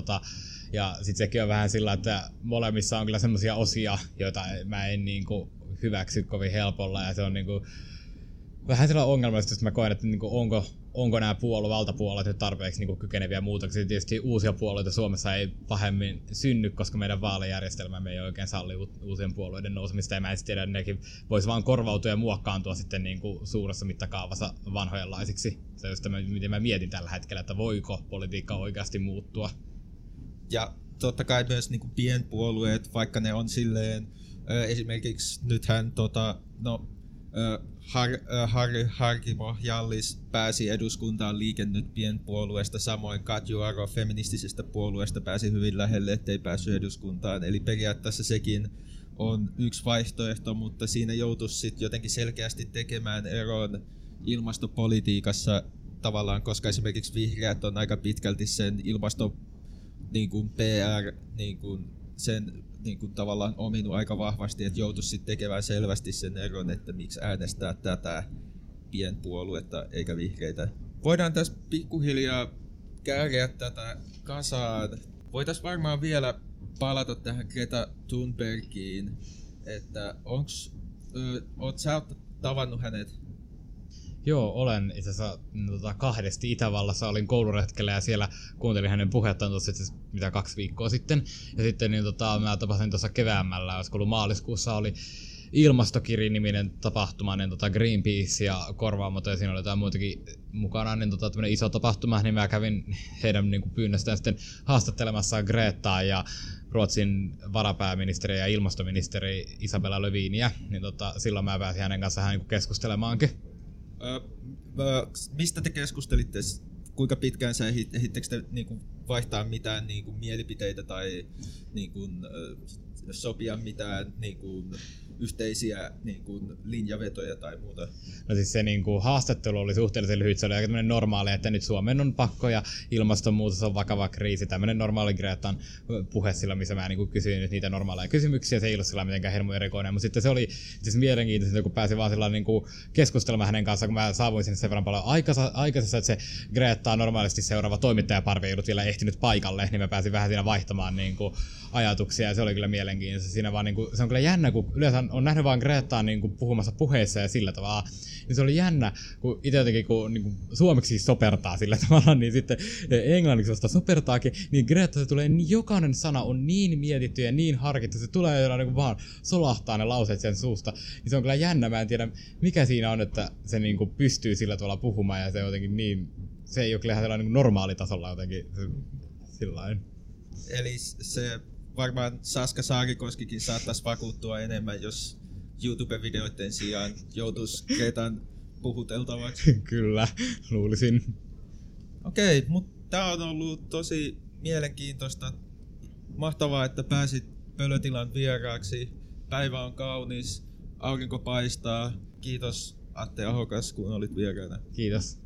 ja sit sekin on vähän sillä, että molemmissa on kyllä semmosia osia, joita mä en niinku hyväksy kovin helpolla ja se on niinku vähän sellainen ongelmallista, että mä koen, että niinku onko nämä valtapuolueet nyt tarpeeksi niinku kykeneviä muutoksia. Tietysti uusia puolueita Suomessa ei pahemmin synny, koska meidän vaalijärjestelmämme ei oikein salli uusien puolueiden nousemista. Ja mä en tiedä, että nekin voisi vaan korvautua ja muokkaantua sitten niinku suuressa mittakaavassa vanhojenlaisiksi. Se on just miten mä mietin tällä hetkellä, että voiko politiikka oikeasti muuttua. Ja totta kai myös niinku pienpuolueet, vaikka ne on silleen, esimerkiksi nythän Harkimo Jallis pääsi eduskuntaan Liike Nyt pienpuolueesta, samoin Katju Aro feministisestä puolueesta pääsi hyvin lähelle, ettei päässyt eduskuntaan. Eli periaatteessa sekin on yksi vaihtoehto, mutta siinä joutuisi sitten jotenkin selkeästi tekemään eron ilmastopolitiikassa tavallaan, koska esimerkiksi vihreät on aika pitkälti sen ilmasto niin kuin PR niin kuin sen niin kuin tavallaan ominut aika vahvasti, että joutuisi sitten tekemään selvästi sen eron, että miksi äänestää tätä pienpuoluetta eikä vihreitä. Voidaan tässä pikkuhiljaa kääriä tätä kasaan. Voitaisiin varmaan vielä palata tähän Greta Thunbergiin, että oot sä tavannut hänet? Joo, olen itse asiassa kahdesti Itävallassa, olin kouluretkellä ja siellä kuuntelin hänen puhettaan tuossa itse asiassa 2 viikkoa sitten. Ja sitten mä tapasin tuossa keväämällä, olisiko ollut maaliskuussa, oli Ilmastokiri-niminen tapahtuma, niin Greenpeace ja Korvaamaton ja siinä oli jotain muitakin mukana, niin tämmöinen iso tapahtuma, niin mä kävin heidän niin kuin pyynnöstään sitten haastattelemassa Gretaa ja Ruotsin varapääministeri ja ilmastoministeri Isabella Löviniä, niin silloin mä pääsin hänen kanssaan niin keskustelemaankin. Mistä te keskustelitte? Kuinka pitkään sä ehittekö te niinku vaihtaa mitään niinku mielipiteitä tai niinku sopia mitään niinku yhteisiä niinku linjavetoja tai muuta? No siis se niinku haastattelu oli suhteellisen lyhyt, se oli aika tämmöinen normaali, että nyt Suomen on pakko ja ilmastonmuutos on vakava kriisi, tämmöinen normaali Gretan puhe sillä, missä mä niinku kysyin nyt niitä normaaleja kysymyksiä, se ei ollut sillä mitenkään hirmu erikoinen, mutta sitten se oli siis mielenkiintoista, kun pääsin vaan sillä niinku keskustelemaan hänen kanssaan, kun mä saavuin sinne sen verran paljon aikaisessa, että se Greta normaalisti seuraava toimittajaparvi ei ollut vielä ehtinyt paikalle, niin mä pääsin vähän siinä vaihtamaan niinku ajatuksia ja se oli kyllä mielenkiintoista. Siinä vaan niinku, se on kyllä jännä, kun yleensä on nähnyt vaan Gretaan niin kuin puhumassa puheissa ja sillä tavalla. Niin se oli jännä, kun itse jotenkin kun niin kuin suomeksi sopertaa sillä tavalla, niin sitten englanniksi vasta sopertaakin, niin Greta tulee, niin jokainen sana on niin mietitty ja niin harkittu, se tulee niin kuin vaan solahtaa ne lauseet sen suusta. Niin se on kyllä jännä, mä en tiedä mikä siinä on, että se niin kuin pystyy sillä tavalla puhumaan ja se jotenkin niin, se ei ole kyllä ihan sellainen niin normaalitasolla jotenkin sillain. Eli se varmaan Saska Saarikoskikin saattaisi vakuuttua enemmän, jos YouTube-videoiden sijaan joutuisi Gretan puhuteltavaksi. Kyllä, luulisin. Okei, mutta tää on ollut tosi mielenkiintoista. Mahtavaa, että pääsit Pölötilan vieraaksi. Päivä on kaunis, aurinko paistaa. Kiitos Atte Ahokas, kun olit vieraana. Kiitos.